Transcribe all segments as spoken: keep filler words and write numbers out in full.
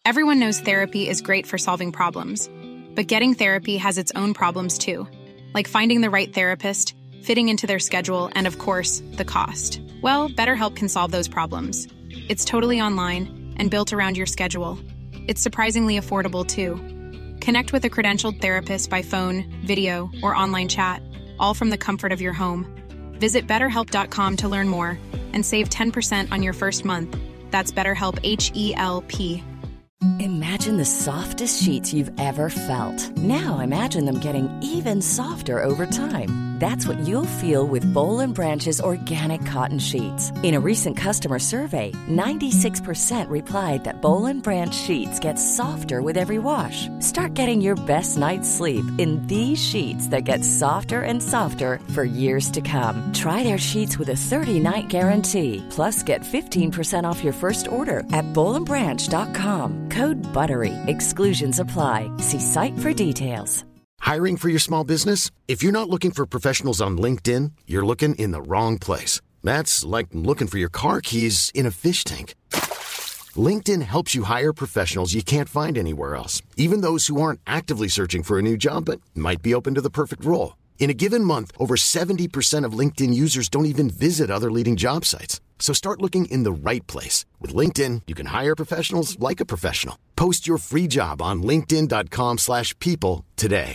Everyone knows therapy is great for solving problems, but getting therapy has its own problems too, like finding the right therapist, fitting into their schedule, and of course, the cost. Well, BetterHelp can solve those problems. It's totally online and built around your schedule. It's surprisingly affordable too. Connect with a credentialed therapist by phone, video, or online chat, all from the comfort of your home. Visit better help dot com to learn more and save ten percent on your first month. That's BetterHelp, H E L P. Imagine the softest sheets you've ever felt. Now imagine them getting even softer over time. That's what you'll feel with Boll and Branch's organic cotton sheets. In a recent customer survey, ninety-six percent replied that Boll and Branch sheets get softer with every wash. Start getting your best night's sleep in these sheets that get softer and softer for years to come. Try their sheets with a thirty-night guarantee. Plus, get fifteen percent off your first order at boll and branch dot com. Code BUTTERY. Exclusions apply. See site for details. Hiring for your small business? If you're not looking for professionals on LinkedIn, you're looking in the wrong place. That's like looking for your car keys in a fish tank. LinkedIn helps you hire professionals you can't find anywhere else, even those who aren't actively searching for a new job but might be open to the perfect role. In a given month, over seventy percent of LinkedIn users don't even visit other leading job sites. So start looking in the right place. With LinkedIn, you can hire professionals like a professional. Post your free job on linkedin dot com slash people today.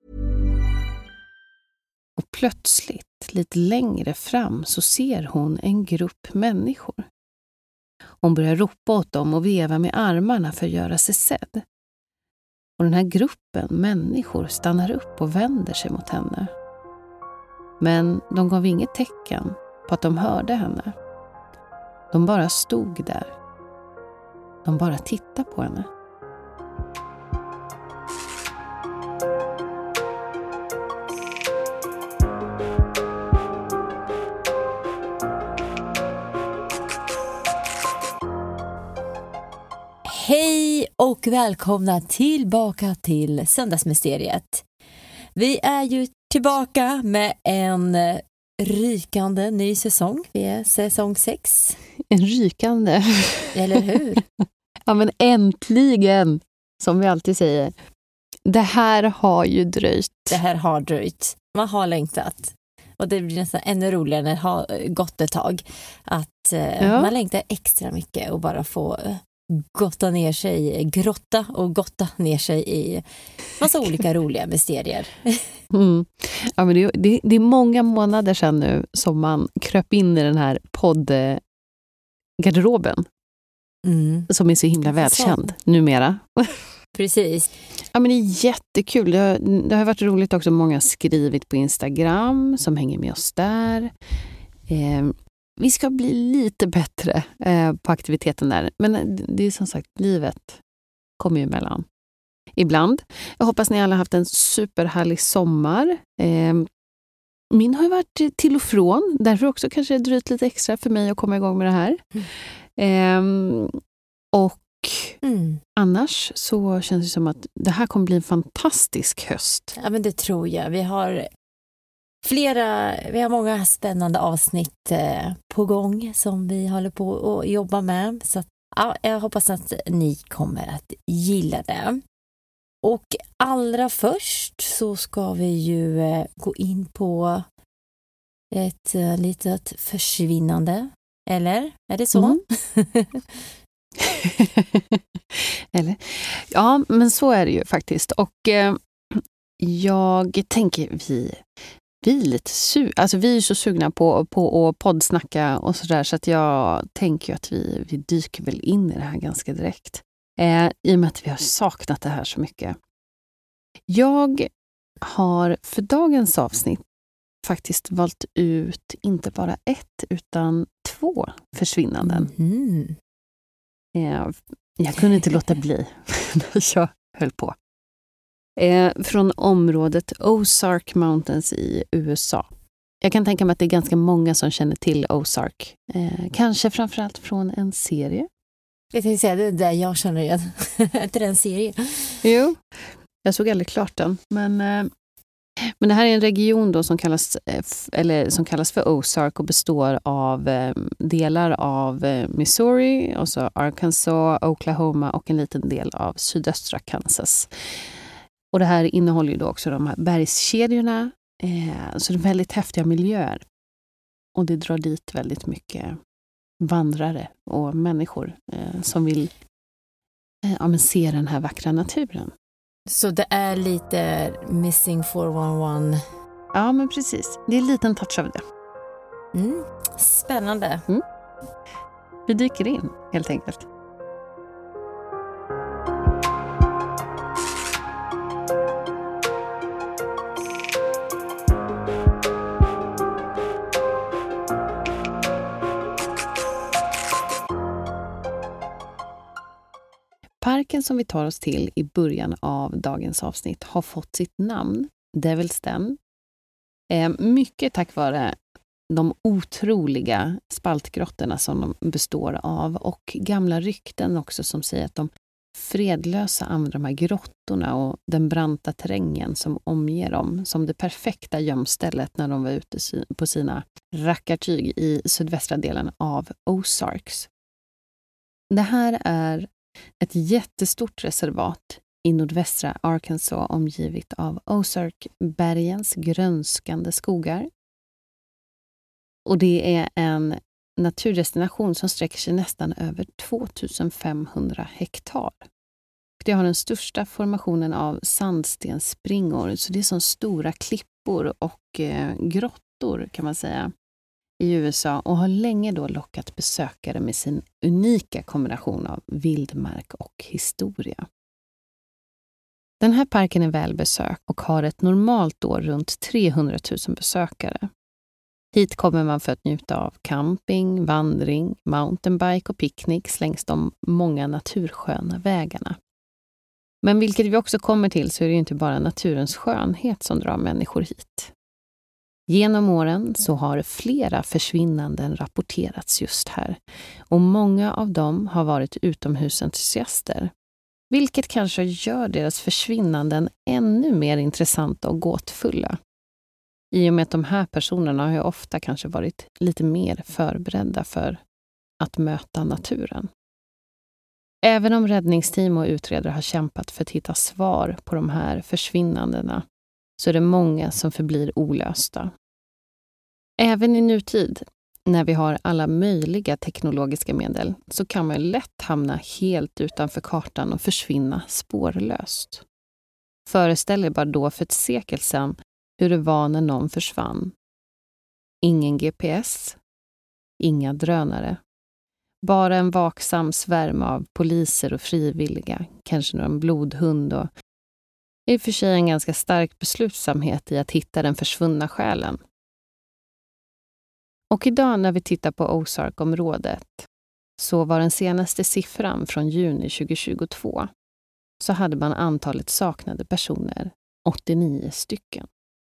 Och plötsligt, lite längre fram, så ser hon en grupp människor. Hon börjar ropa åt dem och veva med armarna för att göra sig sedd. Och den här gruppen människor stannar upp och vänder sig mot henne. Men de gav inget tecken på att de hörde henne. De bara stod där. De bara tittade på henne. Hej och välkomna tillbaka till Söndagsmysteriet. Vi är ju tillbaka med en rykande ny säsong. Vi är säsong sex. En rykande. Eller hur? Ja, men äntligen, som vi alltid säger. Det här har ju dröjt. Det här har dröjt. Man har längtat. Och det blir nästan ännu roligare när det har gått ett tag. Att eh, ja. man längtar extra mycket och bara få gotta ner sig, grotta och gotta ner sig i massa olika roliga mysterier. Mm. Ja, men det, det, det är många månader sedan nu som man kröp in i den här poddgarderoben. Mm. Som är så himla välkänd så. Numera. Precis. Ja, men det är jättekul. Det har, det har varit roligt också. Många har skrivit på Instagram som hänger med oss där. Eh, vi ska bli lite bättre eh, på aktiviteten där. Men det är som sagt, livet kommer ju emellan. Ibland. Jag hoppas ni alla haft en superhärlig sommar. Eh, min har ju varit till och från. Därför också kanske det dröjt lite extra för mig att komma igång med det här. Mm. Eh, och Mm. annars så känns det som att det här kommer bli en fantastisk höst. Ja, men det tror jag. Vi har flera, vi har många spännande avsnitt eh, på gång som vi håller på att jobba med. Så att, ja, jag hoppas att ni kommer att gilla det. Och allra först så ska vi ju eh, gå in på ett eh, litet försvinnande. Eller? Är det så? Mm. Eller? Ja, men så är det ju faktiskt. Och eh, jag tänker vi, vi är lite su- alltså vi är så sugna på, på att poddsnacka och sådär, så att jag tänker att vi, vi dyker väl in i det här ganska direkt. Eh, I och med att vi har saknat det här så mycket. Jag har för dagens avsnitt faktiskt valt ut inte bara ett utan två försvinnanden. Mm. Eh, jag kunde inte låta bli när jag höll på. Eh, från området Ozark Mountains i U S A. Jag kan tänka mig att det är ganska många som känner till Ozark. Eh, kanske framförallt från en serie. Jag tänkte säga det där jag känner igen. Efter en serie. Jo, jag såg aldrig klart den. Men eh, Men det här är en region då som kallas, eller som kallas för Ozark och består av delar av Missouri, och så Arkansas, Oklahoma och en liten del av sydöstra Kansas. Och det här innehåller ju då också de här bergskedjorna, eh, så det är väldigt häftiga miljöer. Och det drar dit väldigt mycket vandrare och människor eh, som vill eh, ja, men se den här vackra naturen. Så det är lite Missing four one one? Ja, men precis. Det är en liten touch av det. Mm, spännande. Mm. Vi dyker in, helt enkelt. Parken som vi tar oss till i början av dagens avsnitt har fått sitt namn, Devil's Den. Eh, mycket tack vare de otroliga spaltgrottorna som de består av, och gamla rykten också som säger att de fredlösa använder de här grottorna och den branta terrängen som omger dem som det perfekta gömstället när de var ute på sina rackartyg i sydvästra delen av Ozarks. Det här är ett jättestort reservat i nordvästra Arkansas omgivet av Ozark-bergens grönskande skogar. Och det är en naturdestination som sträcker sig nästan över tvåtusenfemhundra hektar. Det har den största formationen av sandstensspringor, så det är som stora klippor och eh, grottor kan man säga i U S A, och har länge då lockat besökare med sin unika kombination av vildmark och historia. Den här parken är välbesökt och har ett normalt år runt trehundratusen besökare. Hit kommer man för att njuta av camping, vandring, mountainbike och picknicks längs de många natursköna vägarna. Men vilket vi också kommer till så är det ju inte bara naturens skönhet som drar människor hit. Genom åren så har flera försvinnanden rapporterats just här, och många av dem har varit utomhusentusiaster, vilket kanske gör deras försvinnanden ännu mer intressanta och gåtfulla. I och med att de här personerna har ju ofta kanske varit lite mer förberedda för att möta naturen. Även om räddningsteam och utredare har kämpat för att hitta svar på de här försvinnandena, så är det många som förblir olösta. Även i nutid, när vi har alla möjliga teknologiska medel, så kan man lätt hamna helt utanför kartan och försvinna spårlöst. Föreställ er bara då för ett sekel sedan hur det var när någon försvann. Ingen G P S, inga drönare. Bara en vaksam svärm av poliser och frivilliga, kanske någon blodhund, och i och för sig en ganska stark beslutsamhet i att hitta den försvunna själen. Och idag när vi tittar på Ozark-området så var den senaste siffran från juni tjugohundratjugotvå, så hade man antalet saknade personer åttionio stycken.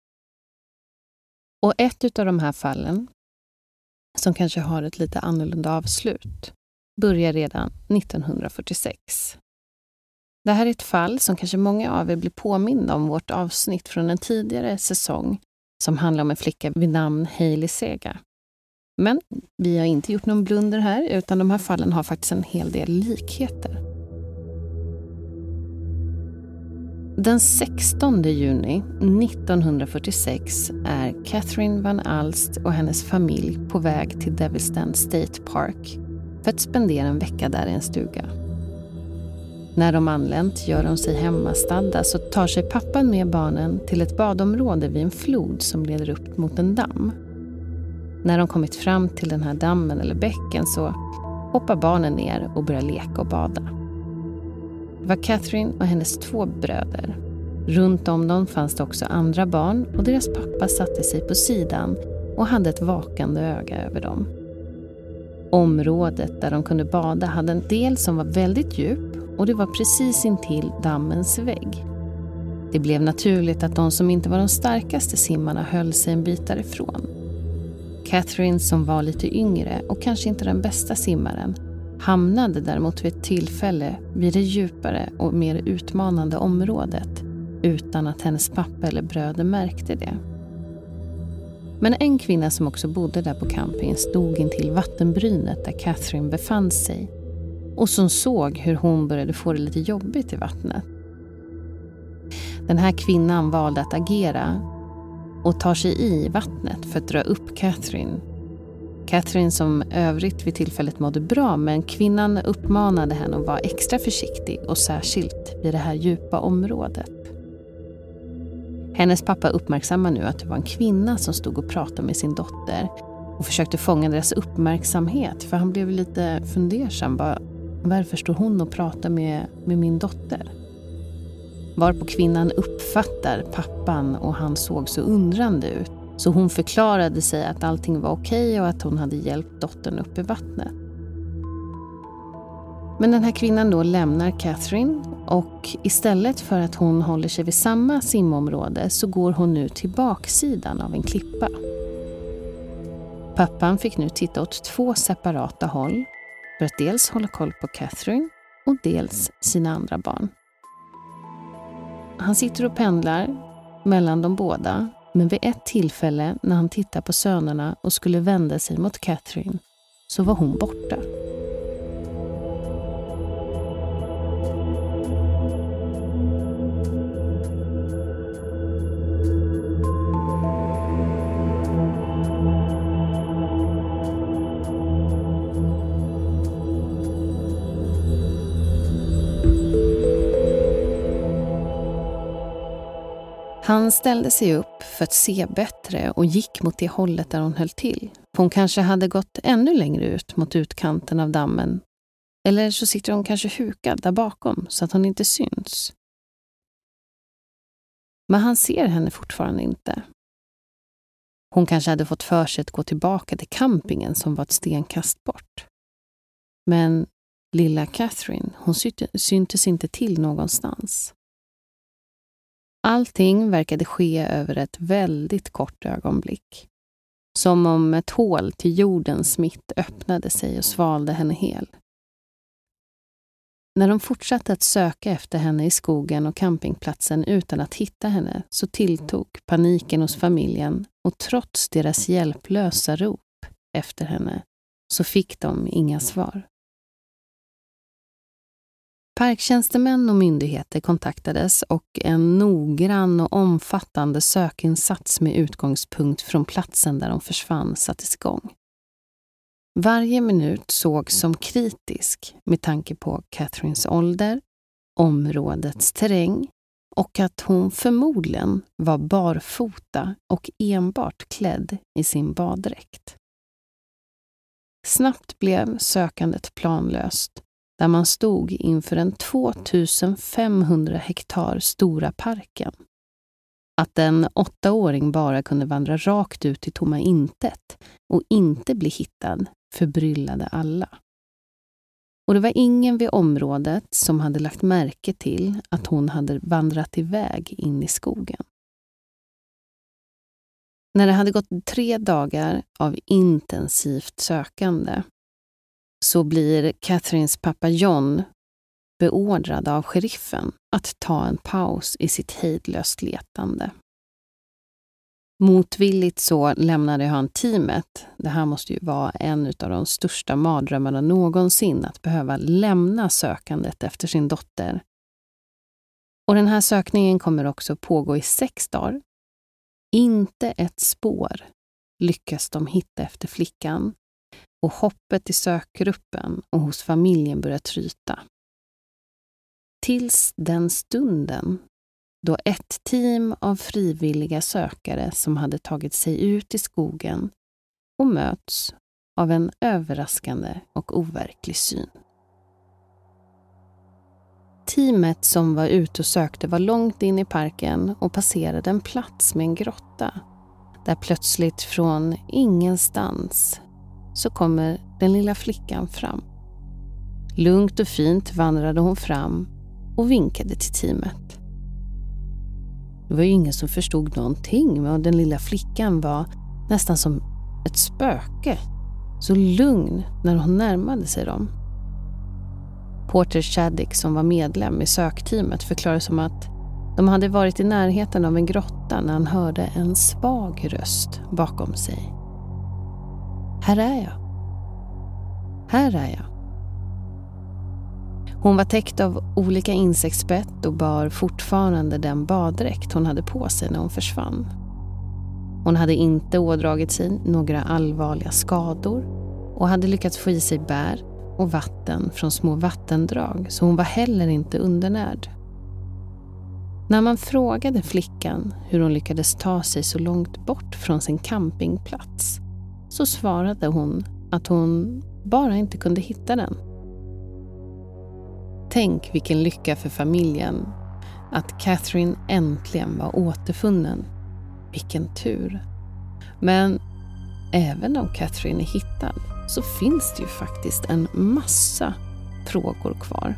Och ett av de här fallen, som kanske har ett lite annorlunda avslut, börjar redan nittonhundrafyrtiosex. Det här är ett fall som kanske många av er blir påminna om vårt avsnitt från en tidigare säsong som handlar om en flicka vid namn Hailey Sega. Men vi har inte gjort någon blunder här, utan de här fallen har faktiskt en hel del likheter. Den sextonde juni nittonhundrafyrtiosex är Catherine Van Alst och hennes familj på väg till Devil's Den State Park för att spendera en vecka där i en stuga. När de anlänt gör de sig hemmastadda, så tar sig pappan med barnen till ett badområde vid en flod som leder upp mot en damm. När de kommit fram till den här dammen eller bäcken så hoppar barnen ner och börjar leka och bada. Det var Catherine och hennes två bröder. Runt om dem fanns det också andra barn, och deras pappa satte sig på sidan och hade ett vakande öga över dem. Området där de kunde bada hade en del som var väldigt djup, och det var precis intill dammens vägg. Det blev naturligt att de som inte var de starkaste simmarna höll sig en bit därifrån. Catherine, som var lite yngre och kanske inte den bästa simmaren, hamnade däremot vid ett tillfälle vid det djupare och mer utmanande området utan att hennes pappa eller bröder märkte det. Men en kvinna som också bodde där på campingen stod intill vattenbrynet där Catherine befann sig och som såg hur hon började få det lite jobbigt i vattnet. Den här kvinnan valde att agera och tar sig i vattnet för att dra upp Catherine. Catherine som övrigt vid tillfället mådde bra, men kvinnan uppmanade henne att vara extra försiktig och särskilt vid det här djupa området. Hennes pappa uppmärksammar nu att det var en kvinna som stod och pratade med sin dotter och försökte fånga deras uppmärksamhet, för han blev lite fundersam. Bara, varför står hon och pratar med, med min dotter? Varpå kvinnan uppfattar pappan och han såg så undrande ut. Så hon förklarade sig att allting var okej och att hon hade hjälpt dottern upp i vattnet. Men den här kvinnan då lämnar Catherine och istället för att hon håller sig vid samma simområde så går hon nu till baksidan av en klippa. Pappan fick nu titta åt två separata håll för att dels hålla koll på Catherine och dels sina andra barn. Han sitter och pendlar mellan de båda, men vid ett tillfälle när han tittar på sönerna och skulle vända sig mot Catherine så var hon borta. Han ställde sig upp för att se bättre och gick mot det hållet där hon höll till. För hon kanske hade gått ännu längre ut mot utkanten av dammen. Eller så sitter hon kanske hukad där bakom så att hon inte syns. Men han ser henne fortfarande inte. Hon kanske hade fått för sig att gå tillbaka till campingen som var ett stenkast bort. Men lilla Catherine, hon syntes inte till någonstans. Allting verkade ske över ett väldigt kort ögonblick. Som om ett hål till jordens mitt öppnade sig och svalde henne hel. När de fortsatte att söka efter henne i skogen och campingplatsen utan att hitta henne så tilltog paniken hos familjen och trots deras hjälplösa rop efter henne så fick de inga svar. Parktjänstemän och myndigheter kontaktades och en noggrann och omfattande sökinsats med utgångspunkt från platsen där de försvann sattes igång. Varje minut sågs som kritisk med tanke på Catherines ålder, områdets terräng och att hon förmodligen var barfota och enbart klädd i sin baddräkt. Snabbt blev sökandet planlöst där man stod inför den tvåtusenfemhundra hektar stora parken. Att en åttaåring bara kunde vandra rakt ut i tomma intet och inte bli hittad förbryllade alla. Och det var ingen vid området som hade lagt märke till att hon hade vandrat iväg in i skogen. När det hade gått tre dagar av intensivt sökande så blir Catherines pappa John beordrad av sheriffen att ta en paus i sitt hejdlöst letande. Motvilligt så lämnade han teamet. Det här måste ju vara en av de största mardrömmarna någonsin att behöva lämna sökandet efter sin dotter. Och den här sökningen kommer också pågå i sex dagar. Inte ett spår lyckas de hitta efter flickan. Och hoppet i sökgruppen och hos familjen börjar tryta. Tills den stunden då ett team av frivilliga sökare som hade tagit sig ut i skogen och möts av en överraskande och overklig syn. Teamet som var ute och sökte var långt in i parken och passerade en plats med en grotta där plötsligt från ingenstans så kommer den lilla flickan fram. Lugnt och fint vandrade hon fram och vinkade till teamet. Det var ju ingen som förstod någonting, men den lilla flickan var nästan som ett spöke. Så lugn när hon närmade sig dem. Porter Chaddick som var medlem i sökteamet förklarade som att De hade varit i närheten av en grotta när han hörde en svag röst bakom sig. Här är jag. Här är jag. Hon var täckt av olika insektsbett och bar fortfarande den baddräkt hon hade på sig när hon försvann. Hon hade inte ådragit sig några allvarliga skador och hade lyckats få i sig bär och vatten från små vattendrag, så hon var heller inte undernärd. När man frågade flickan hur hon lyckades ta sig så långt bort från sin campingplats, så svarade hon att hon bara inte kunde hitta den. Tänk vilken lycka för familjen att Catherine äntligen var återfunnen. Vilken tur. Men även om Catherine är hittad så finns det ju faktiskt en massa frågor kvar.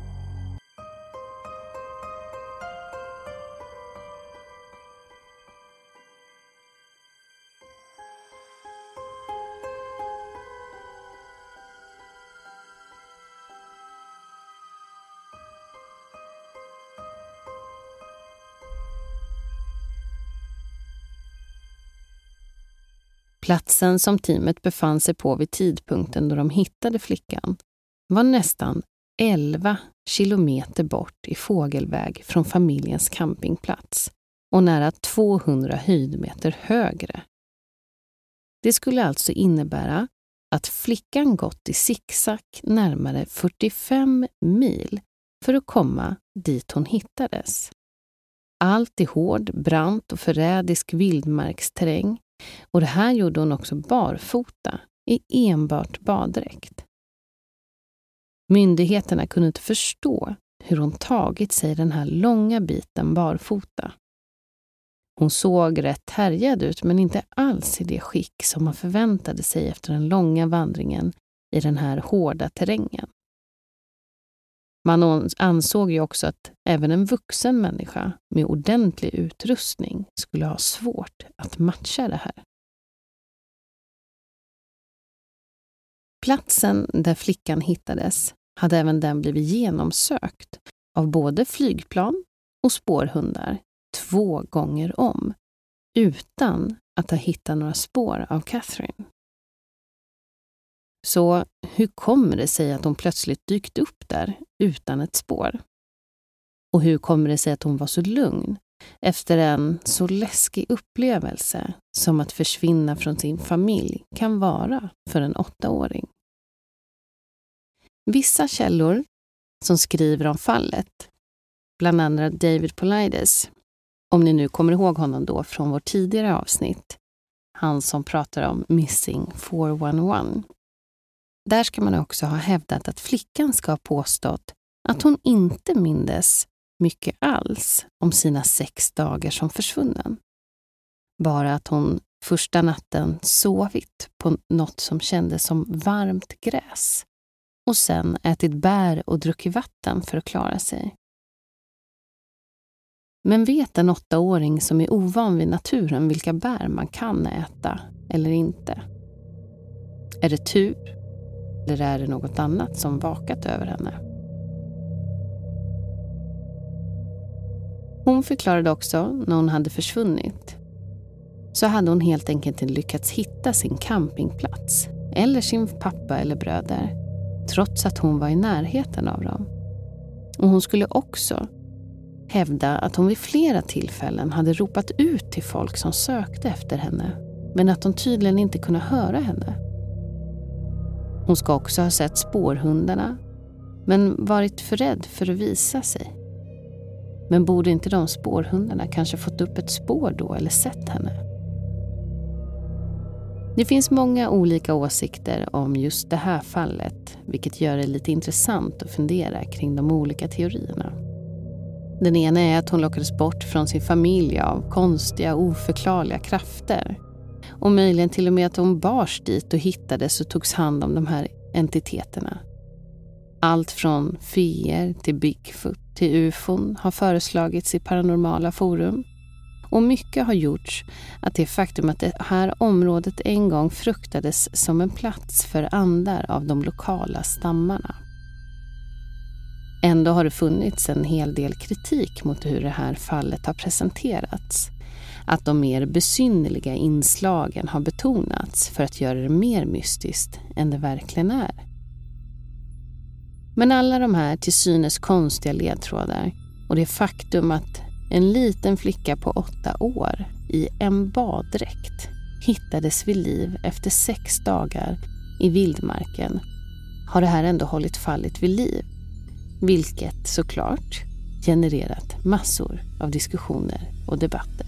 Platsen som teamet befann sig på vid tidpunkten då de hittade flickan var nästan elva kilometer bort i fågelväg från familjens campingplats och nära tvåhundra höjdmeter högre. Det skulle alltså innebära att flickan gått i zigzag närmare fyrtiofem mil för att komma dit hon hittades. Allt i hård, brant och förrädisk vildmarksterräng. Och det här gjorde hon också barfota i enbart baddräkt. Myndigheterna kunde inte förstå hur hon tagit sig den här långa biten barfota. Hon såg rätt härjad ut, men inte alls i det skick som man förväntade sig efter den långa vandringen i den här hårda terrängen. Man ansåg ju också att även en vuxen människa med ordentlig utrustning skulle ha svårt att matcha det här. Platsen där flickan hittades hade även den blivit genomsökt av både flygplan och spårhundar två gånger om, utan att ha hittat några spår av Catherine. Så hur kommer det sig att hon plötsligt dykt upp där utan ett spår? Och hur kommer det sig att hon var så lugn efter en så läskig upplevelse som att försvinna från sin familj kan vara för en åttaåring? Vissa källor som skriver om fallet, bland andra David Paulides, om ni nu kommer ihåg honom då från vårt tidigare avsnitt, han som pratar om Missing four one one. Där ska man också ha hävdat att flickan ska ha påstått att hon inte mindes mycket alls om sina sex dagar som försvunnen. Bara att hon första natten sovit på något som kändes som varmt gräs och sen ätit bär och druckit vatten för att klara sig. Men vet en åttaåring som är ovan vid naturen vilka bär man kan äta eller inte? Är det tur? Eller är det något annat som vakat över henne? Hon förklarade också när hon hade försvunnit så hade hon helt enkelt inte lyckats hitta sin campingplats eller sin pappa eller bröder trots att hon var i närheten av dem. Och hon skulle också hävda att hon vid flera tillfällen hade ropat ut till folk som sökte efter henne men att de tydligen inte kunde höra henne. Hon ska också ha sett spårhundarna men varit för rädd för att visa sig. Men borde inte de spårhundarna kanske fått upp ett spår då eller sett henne? Det finns många olika åsikter om just det här fallet, vilket gör det lite intressant att fundera kring de olika teorierna. Den ena är att hon lockades bort från sin familj av konstiga, oförklarliga krafter. Och möjligen till och med att hon bars dit och hittades och togs hand om de här entiteterna. Allt från feer till Bigfoot till U F O har föreslagits i paranormala forum. Och mycket har gjorts att det faktum att det här området en gång fruktades som en plats för andar av de lokala stammarna. Ändå har det funnits en hel del kritik mot hur det här fallet har presenterats. Att de mer besynnerliga inslagen har betonats för att göra det mer mystiskt än det verkligen är. Men alla de här till synes konstiga ledtrådar och det faktum att en liten flicka på åtta år i en baddräkt hittades vid liv efter sex dagar i vildmarken har det här ändå hållit fallet vid liv. Vilket såklart genererat massor av diskussioner och debatter.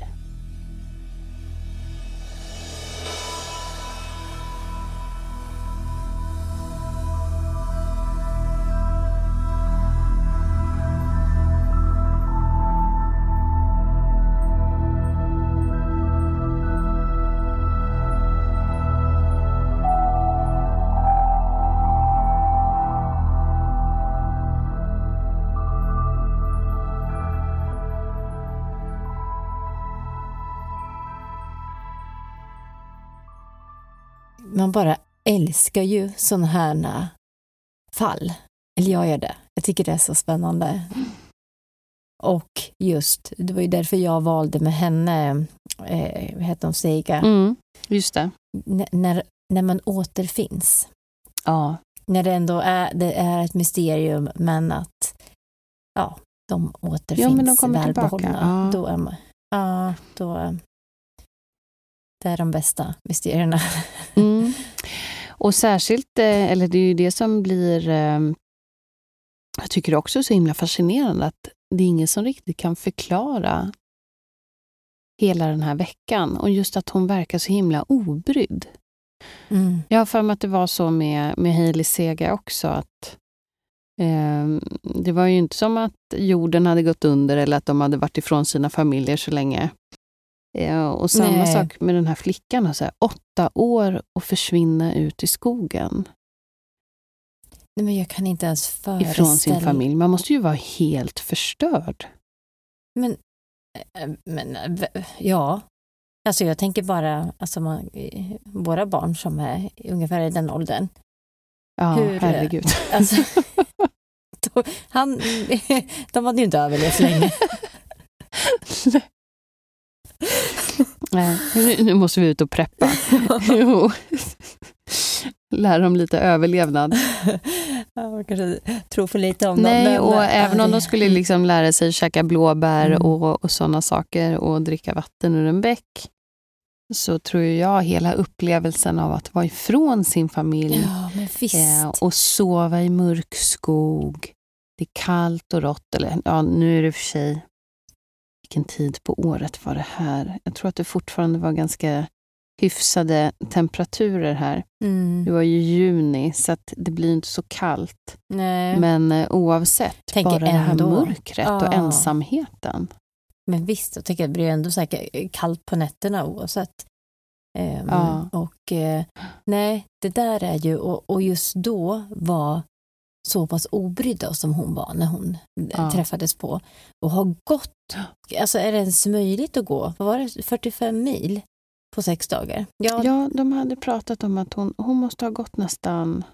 Man bara älskar ju sådana här fall. Eller jag gör det. Jag tycker det är så spännande. Och just, det var ju därför jag valde med henne, eh, vad heter hon, Sega. Mm, just det. N- när, när man återfinns. Ja. När det ändå är, det är ett mysterium, men att ja, de återfinns, ja, men de kommer välbehållna. tillbaka. Ja. Då är man, ja, då det är de bästa mysterierna. Mm. Och särskilt, eller det är ju det som blir, jag tycker också så himla fascinerande att det är ingen som riktigt kan förklara hela den här veckan. Och just att hon verkar så himla obrydd. Mm. Jag har för mig att det var så med, med Hailey Sega också, att eh, det var ju inte som att jorden hade gått under eller att de hade varit ifrån sina familjer så länge. Eh, och samma Nej. sak med den här flickan, alltså, åtta år och försvinna ut i skogen. Nej, men jag kan inte ens föreställa. Ifrån sin familj. Man måste ju vara helt förstörd. Men, men ja, alltså jag tänker bara, alltså man, våra barn som är ungefär i den åldern. Ja, Hur, herregud. Alltså, då, han, de hade ju inte överlevt länge. Nej, nu, nu måste vi ut och preppa. Jo. Lära dem lite överlevnad. Ja, man kanske tror för lite om Nej, dem. Men, och men, även om de skulle liksom lära sig käka blåbär Mm. och, och sådana saker och dricka vatten ur en bäck, så tror jag hela upplevelsen av att vara ifrån sin familj ja, men visst. eh, och sova i mörk skog. Det är kallt och rått. Eller, ja, nu är det för sig, vilken tid på året var det här? Jag tror att det fortfarande var ganska hyfsade temperaturer här. Mm. Det var ju juni, så att det blir inte så kallt. Nej. Men eh, oavsett, Tänker bara det här ändå. mörkret Ja. och ensamheten. Men visst, jag tycker att det blir ändå säkert kallt på nätterna oavsett. Um, Ja. Och eh, nej, det där är ju, och, och just då var så pass obrydda som hon var när hon Ja. träffades på. Och har gått, alltså är det ens möjligt att gå, vad var det, fyrtiofem mil på sex dagar? Ja, Ja, de hade pratat om att hon, hon måste ha gått nästan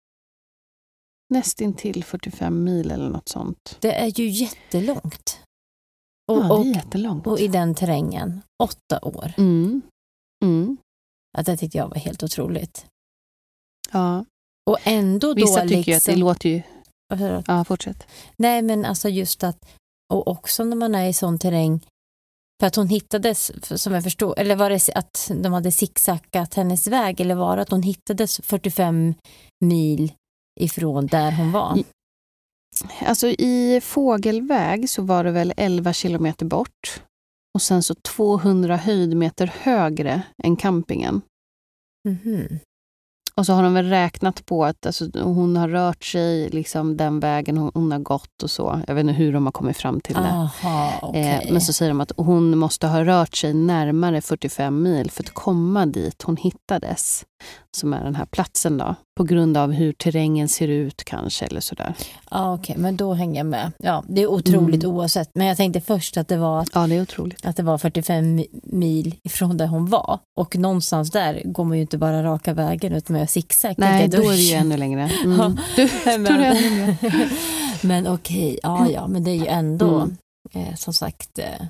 nästintill fyrtiofem mil eller något sånt. det är ju jättelångt. Och, Ja, det är och, jättelångt. och i den terrängen, åtta år. Mm. Mm. Att det tyckte jag var helt otroligt. Ja. Och ändå då Vissa tycker liksom, ju att det låter ju... Varför? Ja, fortsätt. Nej, men alltså just att, och också när man är i sån terräng, för att hon hittades, som jag förstår, eller var det att de hade zigzackat hennes väg, eller var det att hon hittades fyrtiofem mil ifrån där hon var? Alltså i fågelväg så var det väl elva kilometer bort. Och sen så tvåhundra höjdmeter högre än campingen. Mhm. Och så har de väl räknat på att alltså, hon har rört sig liksom den vägen hon, hon har gått och så. Jag vet inte hur de har kommit fram till det. Aha, okej. Eh, men så säger de att hon måste ha rört sig närmare fyrtiofem mil för att komma dit hon hittades. som är den här platsen då. På grund av hur terrängen ser ut kanske eller sådär. Ja, okej, okay, men då hänger jag med. Ja, det är otroligt mm. oavsett. Men jag tänkte först att det var att, ja, det är otroligt. Att det var fyrtiofem mil ifrån där hon var. Och någonstans där går man ju inte bara raka vägen utan med zigzag. Nej, då är det ju ännu längre. Mm. Ja. Du, men, då är det ännu längre. Men okej, okay, ja, ja, men det är ju ändå mm. eh, som sagt eh,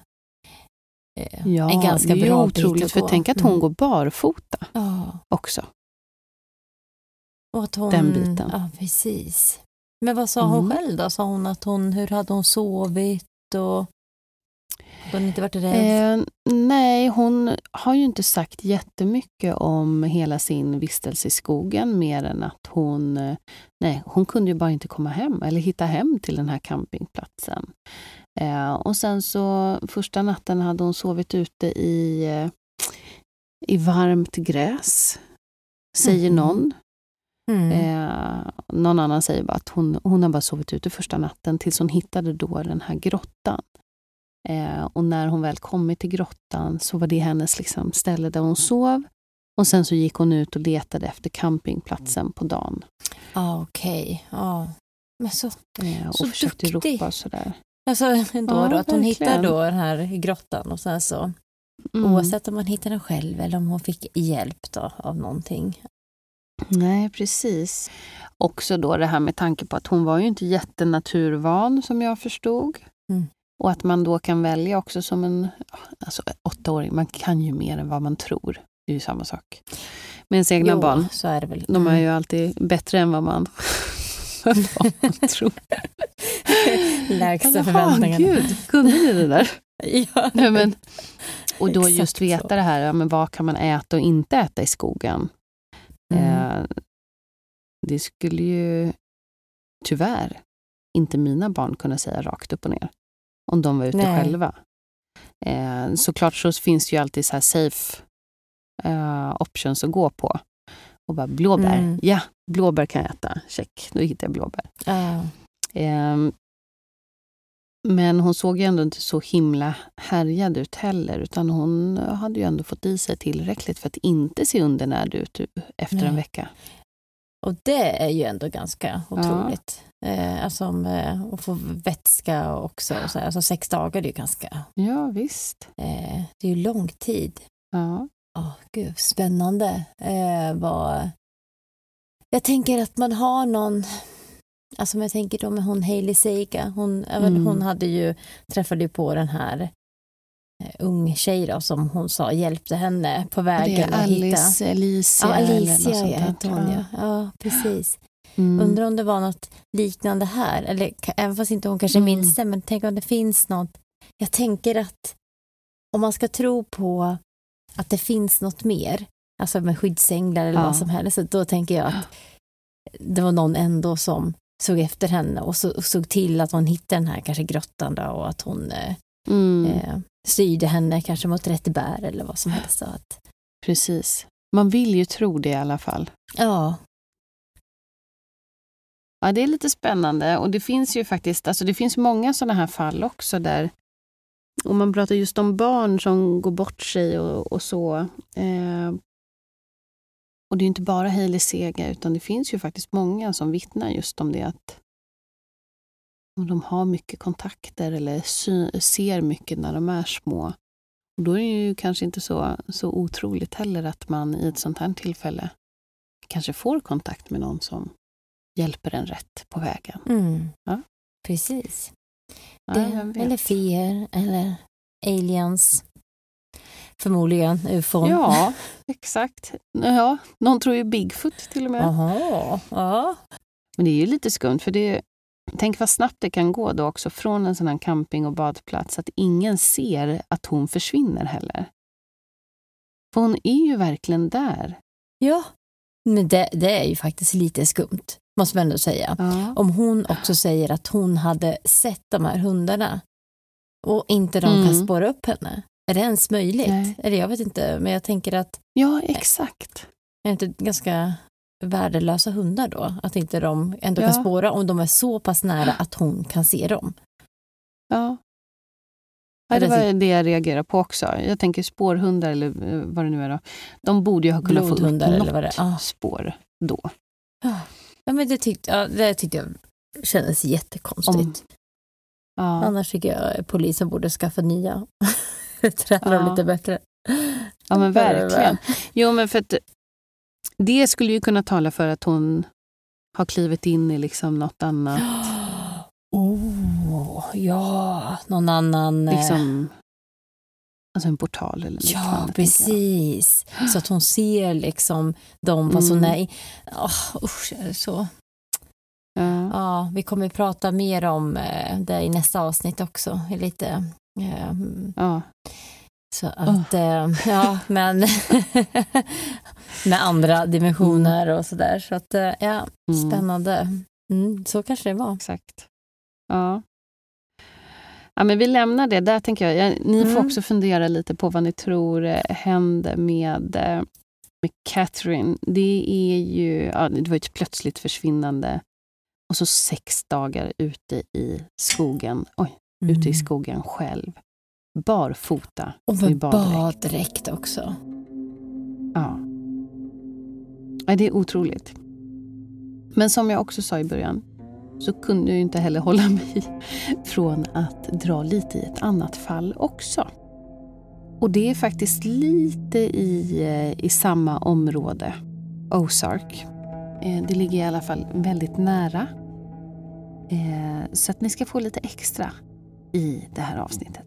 ja, en ganska det är bra otroligt. bit För att tänk att hon mm. går barfota ja. också. Och att hon, den biten. Ja, precis. Men vad sa hon mm. själv då? Sa hon att hon, hur hade hon sovit och hade hon inte varit rädd? Eh, nej, hon har ju inte sagt jättemycket om hela sin vistelse i skogen mer än att hon, nej, hon kunde ju bara inte komma hem eller hitta hem till den här campingplatsen. Eh, och sen så första natten hade hon sovit ute i, i varmt gräs, säger mm. någon. Mm. Eh, någon annan säger bara att hon, hon har bara sovit ute första natten tills hon hittade då den här grottan. Eh, och när hon väl kommit till grottan så var det hennes liksom ställe där hon sov. Och sen så gick hon ut och letade efter campingplatsen på dagen. Ah, okej. Okay. Ah. Men så, eh, och så försökte duktig. ropa och sådär. Alltså ändå ja, då, att verkligen. hon hittar då den här grottan och sen så mm. oavsett om man hittar den själv eller om hon fick hjälp då av någonting. Nej, precis. Också då det här med tanke på att hon var ju inte jättenaturvan som jag förstod. Mm. Och att man då kan välja också som en alltså, åttaåring. Man kan ju mer än vad man tror. Det är ju samma sak. Med ens egna jo, barn. Så är det väl. De är ju alltid bättre än vad man, vad man tror. Lägsta förväntningarna. Gud, kunde ni det där? Ja. Nej, men, och då Exakt just veta så. det här. Ja, men vad kan man äta och inte äta i skogen? Mm. Eh, det skulle ju tyvärr inte mina barn kunna säga rakt upp och ner om de var ute Nej. själva. Eh, såklart så finns det ju alltid så här safe eh, options att gå på. Och bara blåbär. Mm. Ja, blåbär kan jag äta. Check, då hittar jag blåbär. Uh. Eh, men hon såg ju ändå inte så himla härjad ut heller. Utan hon hade ju ändå fått i sig tillräckligt för att inte se undernärd ut efter Nej. en vecka. Och det är ju ändå ganska otroligt. Ja. Eh, alltså med att få vätska också. Och så här. Alltså sex dagar är ju ganska... Ja, visst. Eh, det är ju lång tid. Ja. Åh, gud, spännande. Eh, vad... Jag tänker att man har någon... Alltså jag tänker då med hon Hailey Seiga. Hon, mm. hon hade ju, träffade ju på den här ung tjej då, som hon sa hjälpte henne på vägen. Det är Alice, hitta. Alicia. Ja, Alicia eller något heter hon, ja. Ja, precis. Mm. Undrar om det var något liknande här. Eller även fast inte hon kanske mm. minns det, men tänk om det finns något. Jag tänker att om man ska tro på att det finns något mer, alltså med skyddsänglar eller ja. vad som helst, så då tänker jag att det var någon ändå som såg efter henne och, så, och såg till att hon hittade den här kanske grottan då, och att hon mm. eh, styrde henne kanske mot rätt bär eller vad som helst. Så att... Precis. Man vill ju tro det i alla fall. Ja. Ja, det är lite spännande och det finns ju faktiskt, alltså det finns många sådana här fall också där, och man pratar just om barn som går bort sig och, och så. Eh, och det är ju inte bara Hailey Seiga utan det finns ju faktiskt många som vittnar just om det, att de har mycket kontakter eller sy- ser mycket när de är små. Och då är det ju kanske inte så, så otroligt heller att man i ett sånt här tillfälle kanske får kontakt med någon som hjälper en rätt på vägen. Mm. Ja? Precis. Ja, det, eller fear, eller aliens. Förmodligen U F O. Ja, exakt. Ja, någon tror ju Bigfoot till och med. Aha, ja. Men det är ju lite skumt för det, tänk vad snabbt det kan gå då också från en sån här camping- och badplats att ingen ser att hon försvinner heller. För hon är ju verkligen där. Ja, men det, det är ju faktiskt lite skumt, måste man ändå säga. Ja. Om hon också säger att hon hade sett de här hundarna och inte de mm. kan spåra upp henne. Är det ens möjligt? Nej. Eller jag vet inte, men jag tänker att... Ja, exakt. Är det inte ganska värdelösa hundar då? Att inte de ändå ja. kan spåra om de är så pass nära att hon kan se dem. Ja. Ja, det var det jag reagerade på också. Jag tänker spårhundar eller vad det nu är då. De borde ju ha kunnat få upp något eller vad det är. Ah. spår då. Ja, men det tyckte, ja, det tyckte jag kändes jättekonstigt. Om, ja. Annars tycker jag polisen borde skaffa nya. Träna dem lite bättre. Ja, men verkligen. Jo, men för att det skulle ju kunna tala för att hon har klivit in i liksom något annat. Oh, ja, någon annan liksom, alltså en portal eller något. Ja, precis. Så att hon ser liksom dem, fast hon är oh, usch, så. Ja. Ja, vi kommer att prata mer om det i nästa avsnitt också. Lite eh, ja. Så att oh. ja, men med andra dimensioner och sådär. Så att ja, spännande. Mm, så kanske det var. Exakt. Ja. Ja, men vi lämnar det. Där tänker jag, ni får mm. också fundera lite på vad ni tror hände med, med Catherine. Det är ju, ja, det var ett plötsligt försvinnande. Och så sex dagar ute i skogen. Oj, mm. ute i skogen själv. Barfota. Och med baddräkt. baddräkt också. Ja. Ja, det är otroligt. Men som jag också sa i början, så kunde jag ju inte heller hålla mig från att dra lite i ett annat fall också. Och det är faktiskt lite i, i samma område, Ozark. Det ligger i alla fall väldigt nära. Så att ni ska få lite extra i det här avsnittet.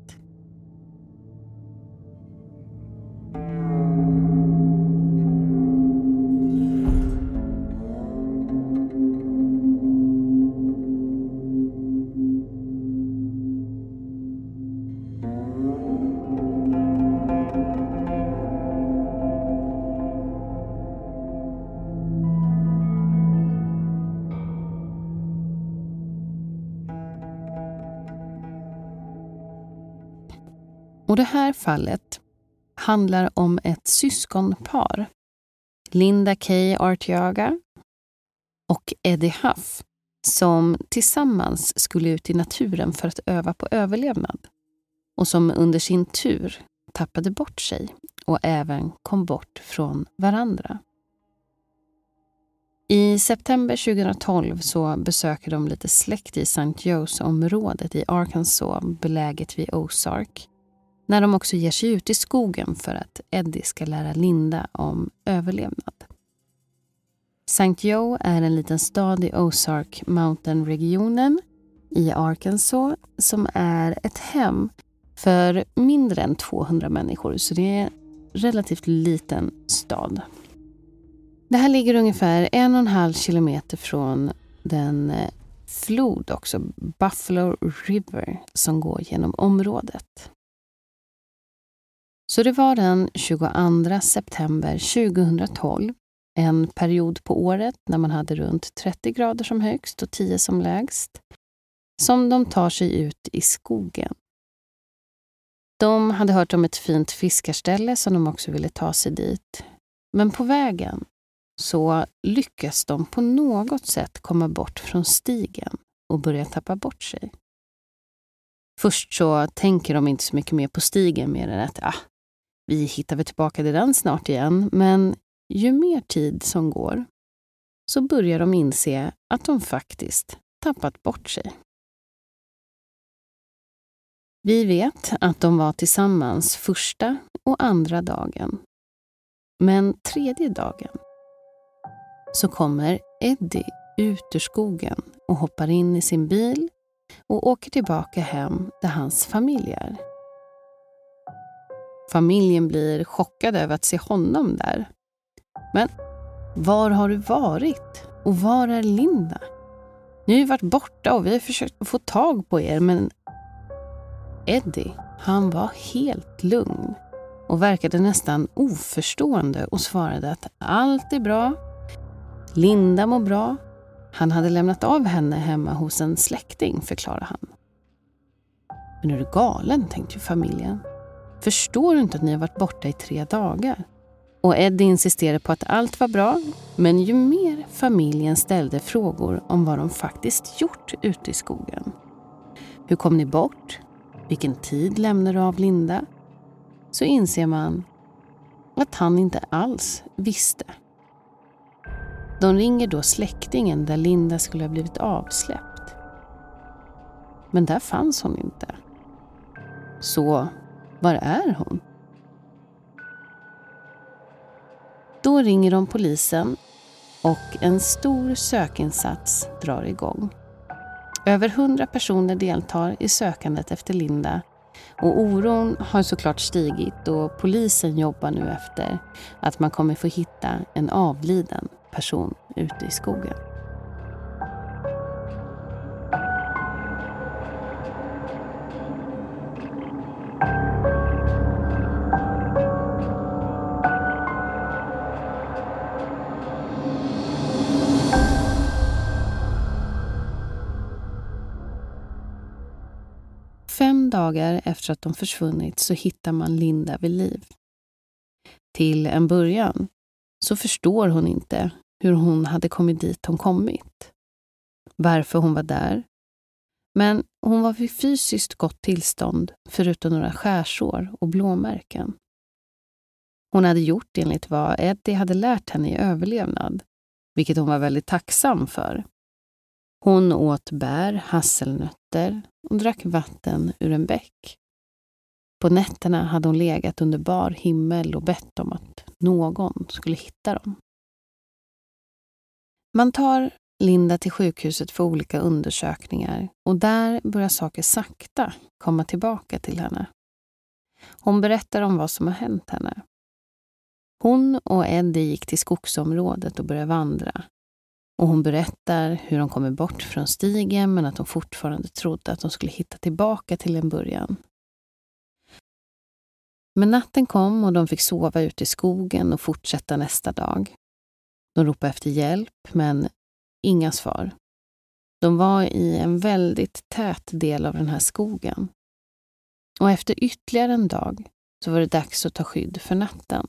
Och det här fallet handlar om ett syskonpar, Linda Kay Arteaga och Eddie Huff, som tillsammans skulle ut i naturen för att öva på överlevnad och som under sin tur tappade bort sig och även kom bort från varandra. I september tjugohundratolv så besöker de lite släkt i Saint Joe's-området i Arkansas, beläget vid Ozark, när de också ger sig ut i skogen för att Eddie ska lära Linda om överlevnad. Saint Joe är en liten stad i Ozark Mountain-regionen i Arkansas som är ett hem för mindre än tvåhundra människor, så det är en relativt liten stad. Det här ligger ungefär en och en halv kilometer från den flod också, Buffalo River, som går genom området. Så det var den tjugoandra september tjugohundratolv, en period på året när man hade runt trettio grader som högst och tio som lägst, som de tar sig ut i skogen. De hade hört om ett fint fiskarställe som de också ville ta sig dit. Men på vägen så lyckas de på något sätt komma bort från stigen och börja tappa bort sig. Först så tänker de inte så mycket mer på stigen mer än att ah, vi hittar väl tillbaka till den snart igen. Men ju mer tid som går så börjar de inse att de faktiskt tappat bort sig. Vi vet att de var tillsammans första och andra dagen. Men tredje dagen så kommer Eddie ut ur skogen och hoppar in i sin bil och åker tillbaka hem där hans familj är. Familjen blir chockad över att se honom där. Men var har du varit? Och var är Linda? Ni har ju varit borta och vi har försökt få tag på er, men Eddie, han var helt lugn och verkade nästan oförstående och svarade att allt är bra. Linda mår bra. Han hade lämnat av henne hemma hos en släkting, förklarar han. Men är du galen, tänkte ju familjen. Förstår du inte att ni har varit borta i tre dagar? Och Eddie insisterade på att allt var bra, men ju mer familjen ställde frågor om vad de faktiskt gjort ute i skogen. Hur kom ni bort? vilken tid lämnar du av Linda, så inser man att han inte alls visste. De ringer då släktingen där Linda skulle ha blivit avsläppt. Men där fanns hon inte. Så var är hon? Då ringer de polisen och en stor sökinsats drar igång. Över hundra personer deltar i sökandet efter Linda och oron har såklart stigit och polisen jobbar nu efter att man kommer få hitta en avliden person ute i skogen. Fem dagar efter att de försvunnit så hittar man Linda vid liv. Till en början så förstår hon inte hur hon hade kommit dit hon kommit. Varför hon var där. Men hon var vid fysiskt gott tillstånd förutom några skärsår och blåmärken. Hon hade gjort enligt vad Eddie hade lärt henne i överlevnad, vilket hon var väldigt tacksam för. Hon åt bär, hasselnötter och drack vatten ur en bäck. På nätterna hade hon legat under bar himmel och bett om att någon skulle hitta dem. Man tar Linda till sjukhuset för olika undersökningar och där börjar saker sakta komma tillbaka till henne. Hon berättar om vad som har hänt henne. Hon och Eddie gick till skogsområdet och började vandra. Och hon berättar hur de kommer bort från stigen men att de fortfarande trodde att de skulle hitta tillbaka till en början. Men natten kom och de fick sova ute i skogen och fortsätta nästa dag. De ropade efter hjälp men inga svar. De var i en väldigt tät del av den här skogen. Och efter ytterligare en dag så var det dags att ta skydd för natten.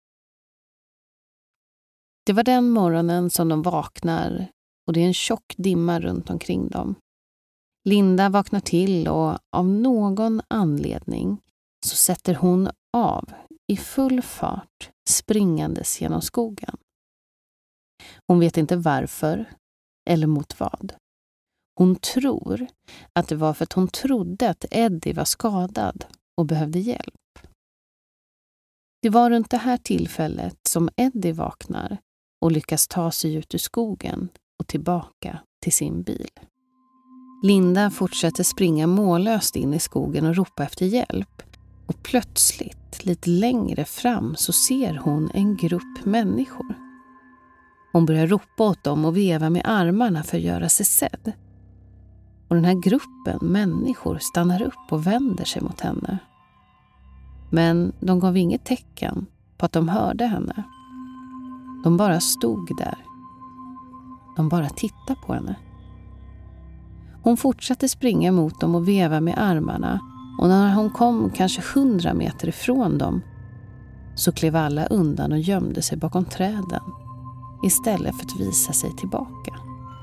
Det var den morgonen som de vaknar och det är en tjock dimma runt omkring dem. Linda vaknar till och av någon anledning så sätter hon av i full fart springandes genom skogen. Hon vet inte varför eller mot vad. Hon tror att det var för att hon trodde att Eddie var skadad och behövde hjälp. Det var runt det här tillfället som Eddie vaknar och lyckas ta sig ut ur skogen och tillbaka till sin bil. Linda fortsätter springa mållöst in i skogen och ropa efter hjälp. Och plötsligt, lite längre fram, så ser hon en grupp människor. Hon börjar ropa åt dem och veva med armarna för att göra sig sedd. Och den här gruppen människor stannar upp och vänder sig mot henne. Men de gav inget tecken på att de hörde henne. De bara stod där. De bara tittade på henne. Hon fortsatte springa mot dem och veva med armarna. Och när hon kom kanske hundra meter ifrån dem så klev alla undan och gömde sig bakom träden istället för att visa sig tillbaka.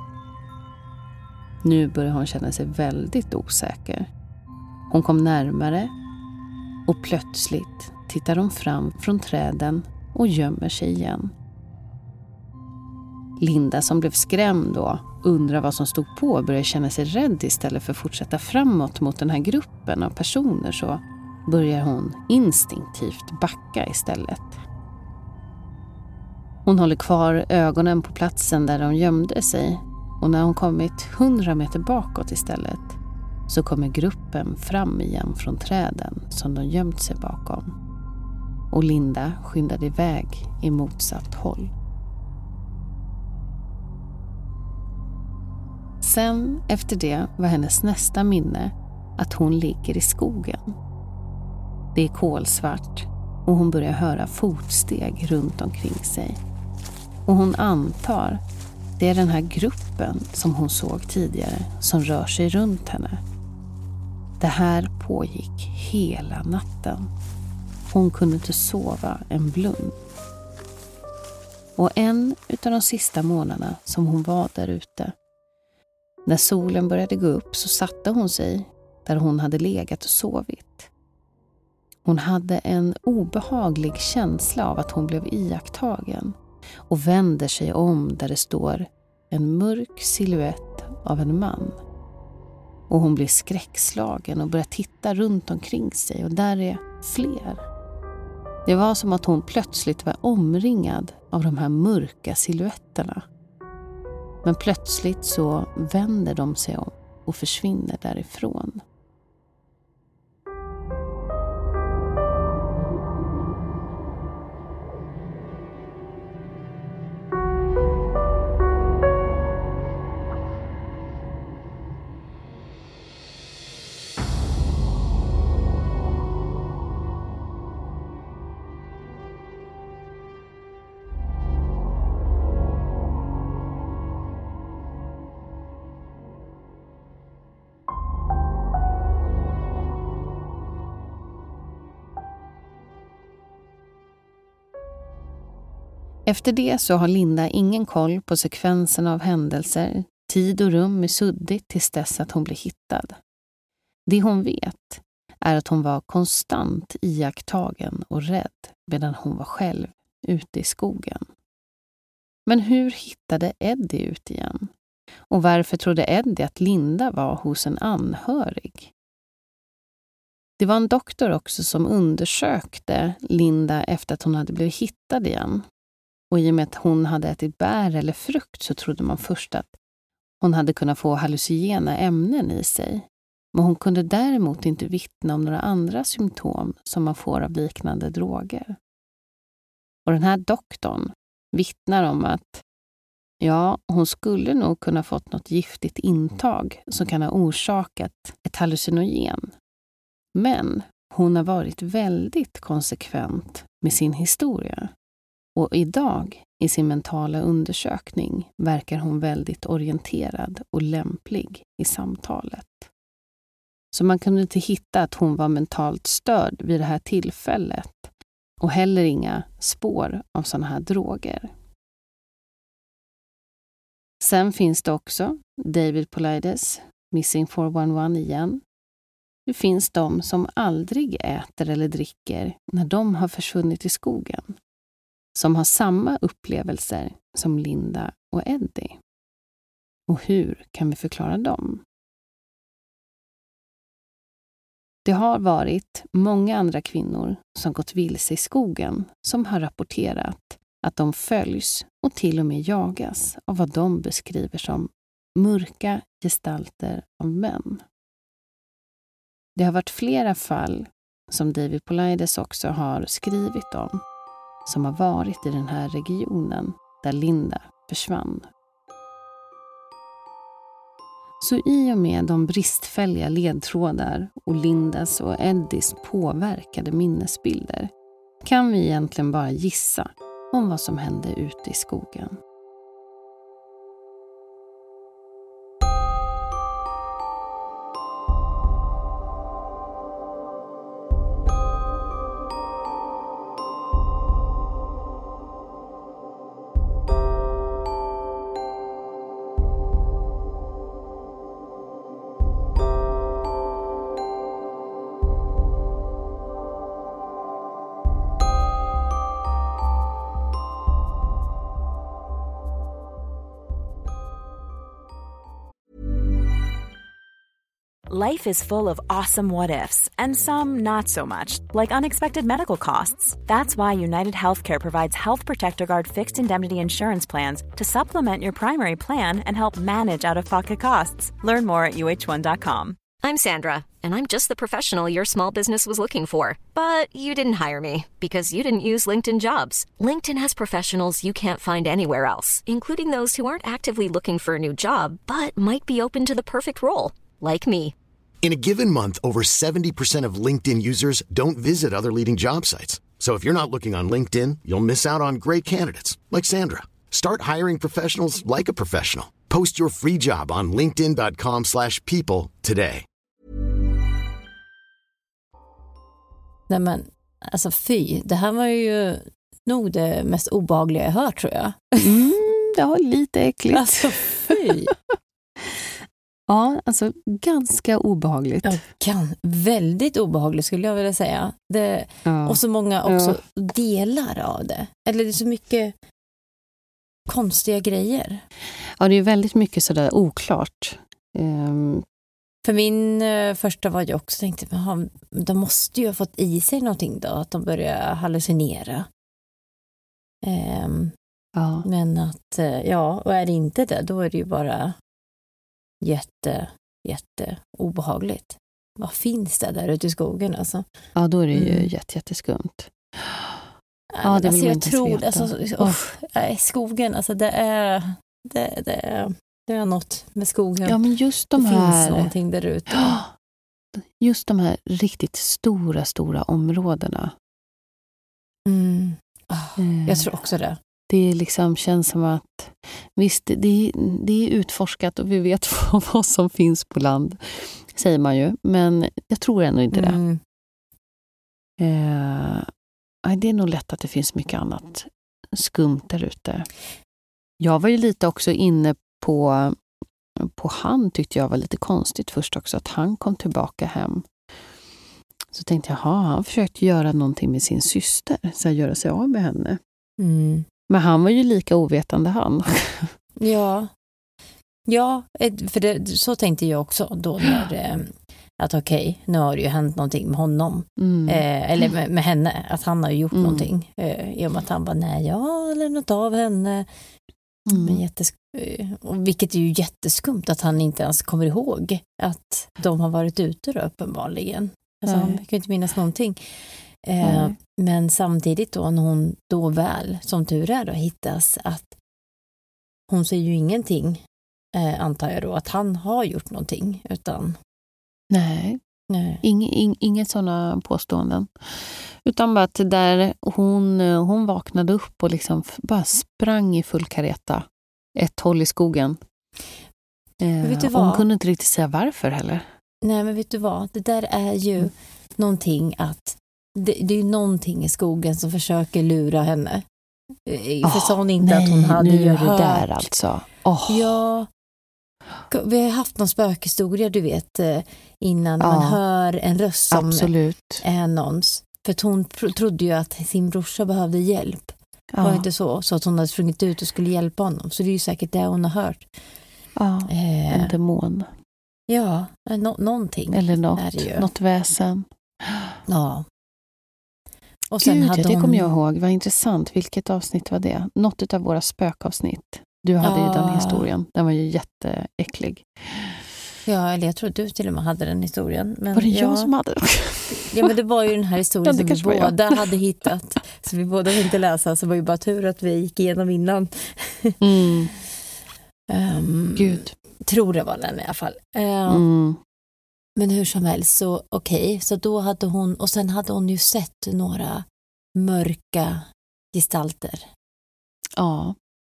Nu började hon känna sig väldigt osäker. Hon kom närmare och plötsligt tittar hon fram från träden och gömmer sig igen. Linda, som blev skrämd och undrar vad som stod på, började känna sig rädd istället för att fortsätta framåt mot den här gruppen av personer, så börjar hon instinktivt backa istället. Hon håller kvar ögonen på platsen där de gömde sig och när hon kommit hundra meter bakåt istället så kommer gruppen fram igen från träden som de gömt sig bakom. Och Linda skyndade iväg i motsatt håll. Sen efter det var hennes nästa minne att hon ligger i skogen. Det är kolsvart och hon börjar höra fotsteg runt omkring sig. Och hon antar det är den här gruppen som hon såg tidigare som rör sig runt henne. Det här pågick hela natten. Hon kunde inte sova en blund. Och en utav de sista månaderna som hon var där ute, när solen började gå upp så satte hon sig där hon hade legat och sovit. Hon hade en obehaglig känsla av att hon blev iakttagen och vänder sig om där det står en mörk silhuett av en man. Och hon blir skräckslagen och börjar titta runt omkring sig, och där är fler. Det var som att hon plötsligt var omringad av de här mörka silhuetterna. Men plötsligt så vänder de sig om och försvinner därifrån. Efter det så har Linda ingen koll på sekvensen av händelser. Tid och rum är suddigt tills dess att hon blir hittad. Det hon vet är att hon var konstant iakttagen och rädd medan hon var själv ute i skogen. Men hur hittade Eddie ut igen? Och varför trodde Eddie att Linda var hos en anhörig? Det var en doktor också som undersökte Linda efter att hon hade blivit hittad igen. Och i och med att hon hade ätit bär eller frukt så trodde man först att hon hade kunnat få hallucinogena ämnen i sig. Men hon kunde däremot inte vittna om några andra symptom som man får av liknande droger. Och den här doktorn vittnar om att ja, hon skulle nog kunna fått något giftigt intag som kan ha orsakat ett hallucinogen. Men hon har varit väldigt konsekvent med sin historia. Och idag i sin mentala undersökning verkar hon väldigt orienterad och lämplig i samtalet. Så man kunde inte hitta att hon var mentalt störd vid det här tillfället och heller inga spår av sådana här droger. Sen finns det också David Paulides, Missing four one one igen. Det finns de som aldrig äter eller dricker när de har försvunnit i skogen. Som har samma upplevelser som Linda och Eddie. Och hur kan vi förklara dem? Det har varit många andra kvinnor som gått vilse i skogen som har rapporterat att de följs och till och med jagas av vad de beskriver som mörka gestalter av män. Det har varit flera fall som David Paulides också har skrivit om som har varit i den här regionen där Linda försvann. Så i och med de bristfälliga ledtrådar och Lindas och Eddies påverkade minnesbilder kan vi egentligen bara gissa om vad som hände ute i skogen. Life is full of awesome what-ifs, and some not so much, like unexpected medical costs. That's why United Healthcare provides Health Protector Guard fixed indemnity insurance plans to supplement your primary plan and help manage out-of-pocket costs. Learn more at U H one dot com. I'm Sandra, and I'm just the professional your small business was looking for. But you didn't hire me, because you didn't use LinkedIn Jobs. LinkedIn has professionals you can't find anywhere else, including those who aren't actively looking for a new job, but might be open to the perfect role, like me. In a given month, over seventy percent of LinkedIn users don't visit other leading job sites. So if you're not looking on LinkedIn, you'll miss out on great candidates like Sandra. Start hiring professionals like a professional. Post your free job on linkedin dot com slash people today. Nej men, alltså fy, det här var ju nog det mest obehagliga jag hört, tror jag. Mm, det var lite äckligt. Alltså fy. Ja, alltså ganska obehagligt. Ja, kan, väldigt obehagligt skulle jag vilja säga. Det, Ja. Och så många också Ja. delar av det. Eller det är så mycket konstiga grejer. Ja, det är väldigt mycket sådär oklart. Um, För min eh, första var ju också tänkte, men de måste ju ha fått i sig någonting då, att de börjar hallucinera. Ehm, ja. men att, eh, ja, och är det inte det, då är det ju bara jätte, jätte obehagligt. Vad finns det där ute i skogen alltså? ja, då är det ju Mm. jätte, jätteskumt. Ja, det alltså, vill man jag inte tror, veta. alltså, uff, nej, skogen, alltså det är, det, det är, det är något med skogen. Ja, men just de det här... finns någonting där ute. Ja, just de här riktigt stora, stora områdena. Mm. Oh, Eh, jag tror också det. Det liksom känns som att visst, det, det är utforskat och vi vet vad som finns på land, säger man ju. Men jag tror ändå inte det. Mm. Eh, det är nog lätt att det finns mycket annat skumt där ute. Jag var ju lite också inne på, på han tyckte jag var lite konstigt först också, att han kom tillbaka hem. Så tänkte jag, jaha, han försökte göra någonting med sin syster, så här, göra sig av med henne. Mm. Men han var ju lika ovetande han. Ja, ja för det, så tänkte jag också då när, eh, att okej, okay, nu har det ju hänt någonting med honom. Mm. Eh, eller med, med henne, att han har gjort Mm. någonting. Eh, I och med att han bara, nej, jag har lämnat av henne. Mm. Men jättes, eh, och vilket är ju jätteskumt att han inte ens kommer ihåg att de har varit ute då uppenbarligen. Alltså, han kan ju inte minnas någonting. Eh, men samtidigt då när hon då väl, som tur är då, hittas, att hon säger ju ingenting, eh, antar jag då, att han har gjort någonting, utan Nej, nej. Ing, ing, inget sådana påståenden. Utan bara att där hon, hon vaknade upp och liksom bara sprang i full kareta ett håll i skogen. Eh, vet du och vad? hon kunde inte riktigt säga varför heller. Nej, men vet du vad? Det där är ju mm. någonting att det, det är ju någonting i skogen som försöker lura henne. Oh, för sa hon inte nej, att hon hade nu ju är hört. Det där alltså. Oh. Ja. Vi har haft någon spökhistoria, du vet, innan ja. man hör en röst som absolut. Är någons. För att hon trodde ju att sin brorsa behövde hjälp. Ja. Var inte så? Så att hon hade sprungit ut och skulle hjälpa honom. Så det är ju säkert det hon har hört. Ja, eh. en demon. Ja, no- någonting. Eller något, något väsen. Ja. Och sen Gud, hade ja, det hon... kommer jag ihåg. Vad intressant. Vilket avsnitt var det? Något av våra spökavsnitt. Du hade ja. ju den historien. Den var ju jätteäcklig. Ja, eller jag tror du till och med hade den historien. Men var det ja, jag som hade den? Ja, men det var ju den här historien ja, som vi båda hade hittat. Så vi båda inte läsa. Så det var ju bara tur att vi gick igenom innan. Mm. um, Gud. Tror det var den i alla fall. Uh, mm. Men hur som helst, så okej. Okay, så då hade hon, och sen hade hon ju sett några mörka gestalter. Ja.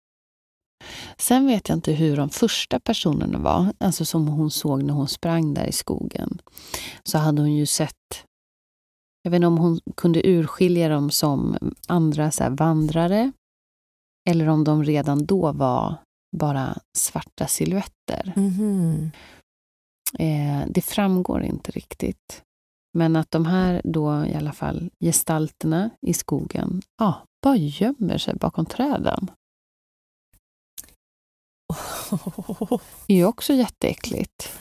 Sen vet jag inte hur de första personerna var, alltså som hon såg när hon sprang där i skogen. Så hade hon ju sett, jag vet inte om hon kunde urskilja dem som andra så här vandrare, eller om de redan då var bara svarta silhuetter. Mm-hmm. Eh, det framgår inte riktigt. Men att de här då i alla fall gestalterna i skogen, ja, bara gömmer sig bakom träden. Det är ju också jätteäckligt.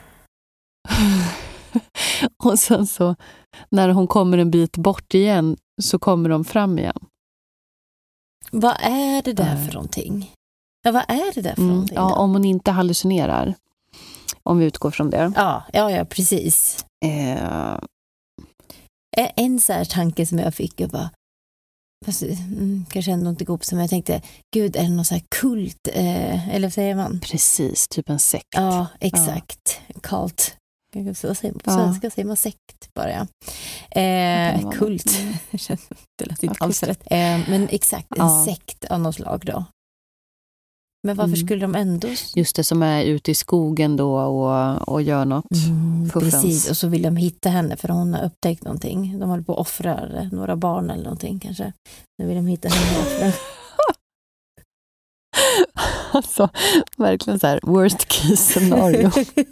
Och sen så när hon kommer en bit bort igen så kommer de fram igen. Vad är det där för någonting? Ja, vad är det där för mm, någonting? Ja, då? om hon inte hallucinerar. Om vi utgår från det. Ja, ja, ja precis. Eh. En så här tanke som jag fick, jag bara, fast, mm, kanske ändå inte ihop, som jag tänkte, gud, är det någon så här kult, eh, eller vad säger man? Precis, typ en sekt. Ja, exakt. Ja. Kult. Så säger man på svenska, ja. Säger man sekt bara, ja. Eh, kult. Mm. Det lät inte ja, alls rätt. Eh, men exakt, en ja. sekt av något slag då. Men varför mm. skulle de ändå... Just det, som är ute i skogen då och, och gör något. Mm, precis, och så vill de hitta henne för hon har upptäckt någonting. De håller på att offra några barn eller någonting kanske. Nu vill de hitta henne och offra. Alltså, verkligen så här worst case scenario.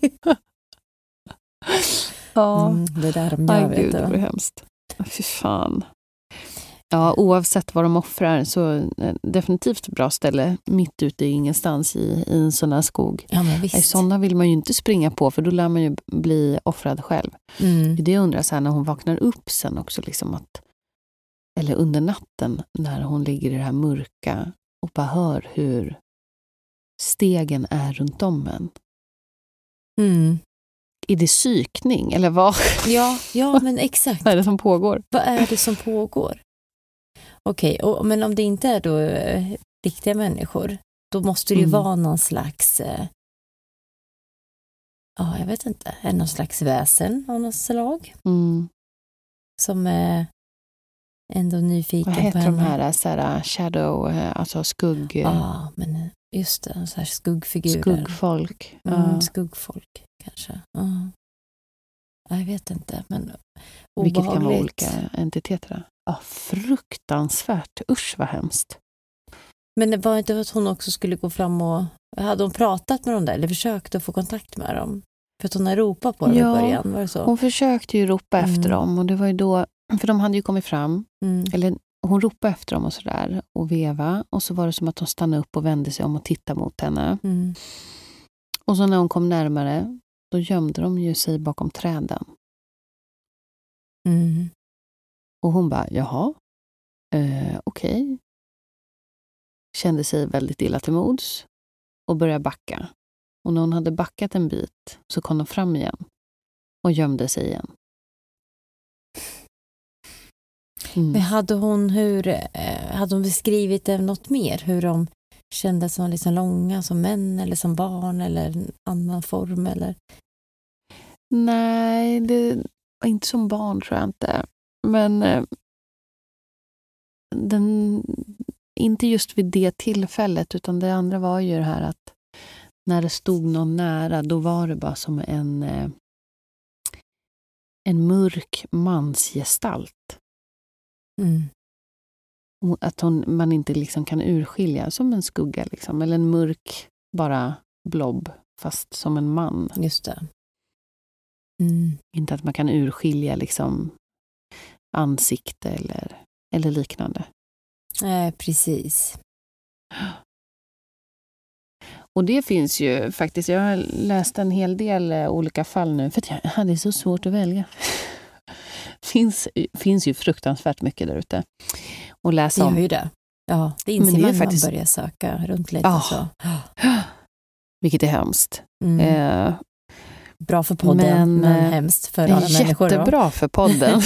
Ja, Mm, det där de nej gör, gud, vet det du. var hemskt. Fy fan. Ja, oavsett vad de offrar så eh, definitivt ett bra ställe mitt ute i ingenstans i, i en sån här skog. Ja, men Nej, visst. sådana vill man ju inte springa på för då lär man ju bli offrad själv. Mm. Det jag undrar så här när hon vaknar upp sen också liksom att, eller under natten när hon ligger i det här mörka och bara hör hur stegen är runt om en. Mm. Är det psykning eller vad, Ja, ja, men exakt. vad är det som pågår? Vad är det som pågår? Okej, och, men om det inte är då eh, riktiga människor, då måste det ju Mm. vara någon slags, eh, ja, jag vet inte, är någon slags väsen av något slag Mm. som är ändå nyfiken Vad på heter henne. de här, så här shadow, eh, alltså skugg, Ja, men just det, så här skuggfigurer. skuggfolk? Mm, Ja. skuggfolk kanske. Ja. Ja, jag vet inte, men Vilket kan vara obehagligt. olika entiteter. Ja, fruktansvärt. Usch vad hemskt. Men det var inte att hon också skulle gå fram och... Hade hon pratat med dem där eller försökt att få kontakt med dem? För att hon har ropat på dem Ja, i början, var det så? Hon försökte ju ropa Mm. efter dem och det var ju då, för de hade ju kommit fram, Mm. eller hon ropade efter dem och sådär och veva och så var det som att de stannade upp och vände sig om och tittade mot henne. Mm. Och så när hon kom närmare då gömde de ju sig bakom träden. Mm. Och hon bara, jaha, eh, okej. Okay. Kände sig väldigt illa till mods och började backa. Och när hon hade backat en bit så kom de fram igen och gömde sig igen. Mm. Men hade hon hur eh, hade hon beskrivit det något mer? Hur de kände som liksom långa som män eller som barn eller en annan form eller? Nej, det var inte som barn tror jag inte. Men eh, den, inte just vid det tillfället utan det andra var ju det här att när det stod någon nära då var det bara som en eh, en mörk mansgestalt. Mm. Och att hon, man inte liksom kan urskilja som en skugga liksom, eller en mörk bara blob fast som en man. Just det. Mm. Inte att man kan urskilja liksom ansikte eller, eller liknande. Nej, precis. Och det finns ju faktiskt, jag har läst en hel del olika fall nu för att jag hade så svårt att välja. finns, finns ju fruktansvärt mycket där ute att läsa Det om. gör ju det. Ja, det inser Men det är man när faktiskt- man börjar söka runt lite. Ja. Så. Vilket är hemskt. Mm. Eh, Bra för podden, men, men, eh, hemskt för alla människor. Då. jättebra för podden.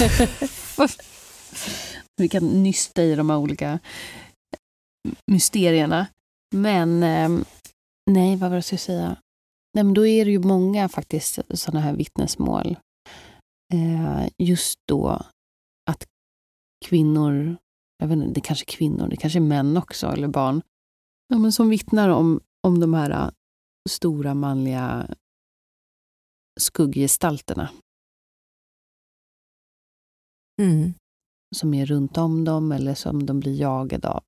Vi kan nysta i de här olika mysterierna. Men eh, nej, vad var det jag skulle säga? Nej, men då är det ju många faktiskt sådana här vittnesmål. Eh, just då att kvinnor, jag vet inte, det kanske är kvinnor, det kanske är män också eller barn, ja, men som vittnar om, om de här stora manliga skugggestalterna Mm. som är runt om dem eller som de blir jagade av.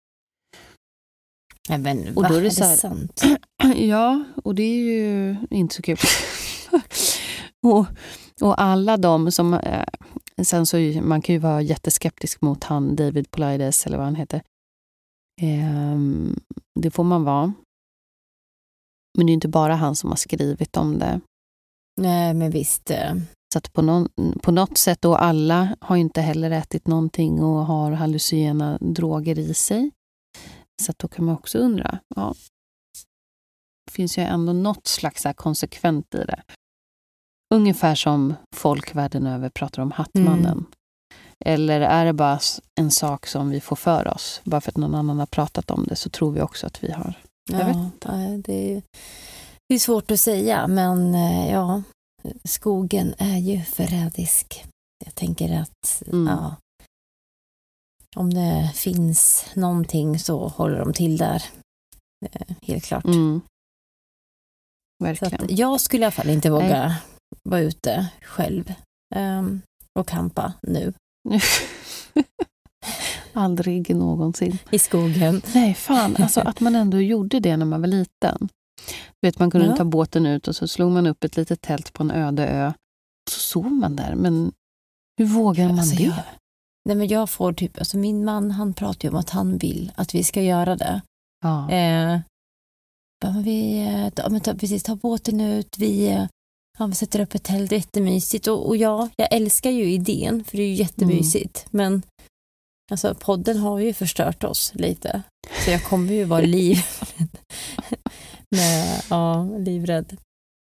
Ja, men, Och va, då är det är så här- det sant? Ja, och det är ju inte så kul. och, och alla de som eh, sen så är- man kan ju vara jätteskeptisk mot han David Paulides eller vad han heter. Eh, det får man vara. Men det är inte bara han som har skrivit om det. Nej, men visst. eh, Så att på, någon, på något sätt, och alla har ju inte heller ätit någonting och har hallucinogena droger i sig. Så att då kan man också undra, ja, det finns ju ändå något slags så här konsekvent i det. Ungefär som folk världen över pratar om Hattmannen. Mm. Eller är det bara en sak som vi får för oss? Bara för att någon annan har pratat om det så tror vi också att vi har. Jag Ja, vet inte. nej, det är, det är svårt att säga, men eh, ja, skogen är ju förrädisk. Jag tänker att Mm. ja, om det finns någonting så håller de till där. Eh, helt klart. Mm. Så Verkligen. att jag skulle i alla fall inte våga Nej. vara ute själv ehm, och campa nu. Aldrig någonsin. I skogen. Nej, fan. Alltså att man ändå gjorde det när man var liten. Vet, man kunde Ja. ta båten ut och så slog man upp ett litet tält på en öde ö. Och så sov man där. Men hur vågar man Alltså, det? jag, nej men jag får typ, alltså min man han pratar ju om att han vill att vi ska göra det. Ja. Eh, bara, vi, eh, ta, men ta, precis, ta båten ut, vi, eh, ja, vi sätter upp ett tält, det är jättemysigt. Och, och ja, jag älskar ju idén, för det är ju jättemysigt. Mm. Men alltså, podden har ju förstört oss lite. Så jag kommer ju vara liv. Nej, ja, livrädd.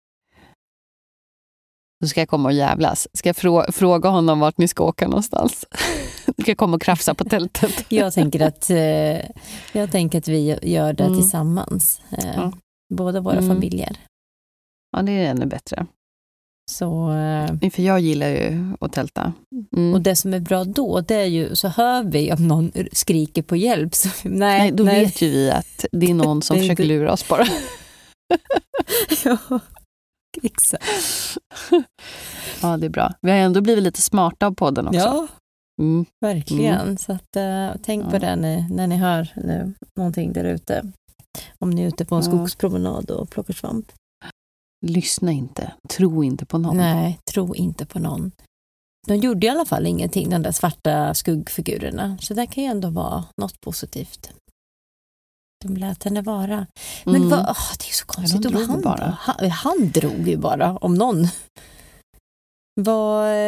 Då ska jag komma och jävlas. Ska jag frå- fråga honom vart ni ska åka någonstans? Ska jag komma och krafsa på tältet? Jag tänker att, eh, jag tänker att vi gör det mm. tillsammans. Eh, ja. Båda våra mm. familjer. Ja, det är ännu bättre. Så, eh, för jag gillar ju att tälta. Mm. Och det som är bra då, det är ju, så hör vi om någon skriker på hjälp. Så, nej, nej, då nej. vet ju vi att det är någon som försöker lura oss bara. Ja, exakt. Ja, det är bra. Vi har ändå blivit lite smarta av podden också. Ja, mm. verkligen. Mm. Så att, uh, tänk ja. på det när, när ni hör nu någonting där ute. Om ni är ute på en ja. skogspromenad och plockar svamp. Lyssna inte. Tro inte på någon. Nej, tro inte på någon. De gjorde i alla fall ingenting, de där svarta skuggfigurerna. Så det kan ju ändå vara något positivt. De lät henne vara. Men mm. vad, oh, det är så konstigt. Ja, de han, bara. Han, han drog ju bara, om någon. Vad...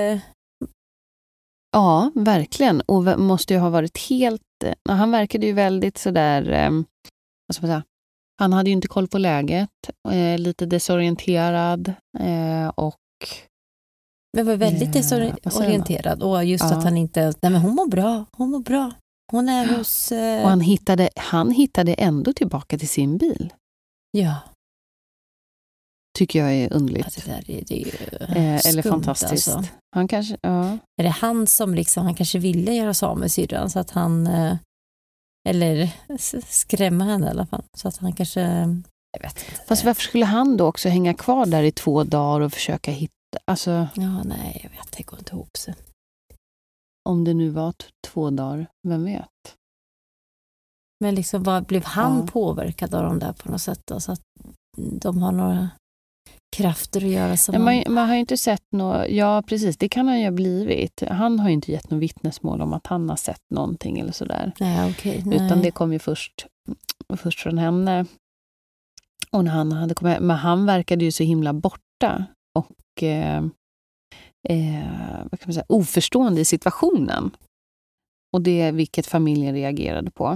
Ja, verkligen. Och måste ju ha varit helt... Han verkade ju väldigt sådär... Eh, vad ska man säga? Han hade ju inte koll på läget. Eh, lite desorienterad. Eh, och... Men var väldigt desorienterad. Och just ja. att han inte... Nej, men hon mår bra. Hon mår bra. Hon är hos... Eh... Och han hittade, han hittade ändå tillbaka till sin bil. Ja. Tycker jag är underligt. Alltså, det där är, det är ju eh, eller fantastiskt. Alltså. Han kanske, ja. Är det han som liksom, han kanske ville göra så med syrran så att han, eh, eller skrämma henne i alla fall. Så att han kanske, jag vet inte. Fast varför skulle han då också hänga kvar där i två dagar och försöka hitta, alltså. Ja, nej, jag vet, det går inte ihop sig. Om det nu var t- två dagar, vem vet? Men liksom, vad blev han ja. påverkad av dem där på något sätt då? Så att de har några krafter att göra som... Ja, man, man har ju inte sett något... Ja, precis. Det kan han ju ha blivit. Han har ju inte gett något vittnesmål om att han har sett någonting eller sådär. Nej, okej. Okay, utan det kom ju först, först från henne. Och när han hade kommit... Men han verkade ju så himla borta. Och... Eh, eh, vad kan man säga? Oförstående i situationen. Och det är vilket familjen reagerade på.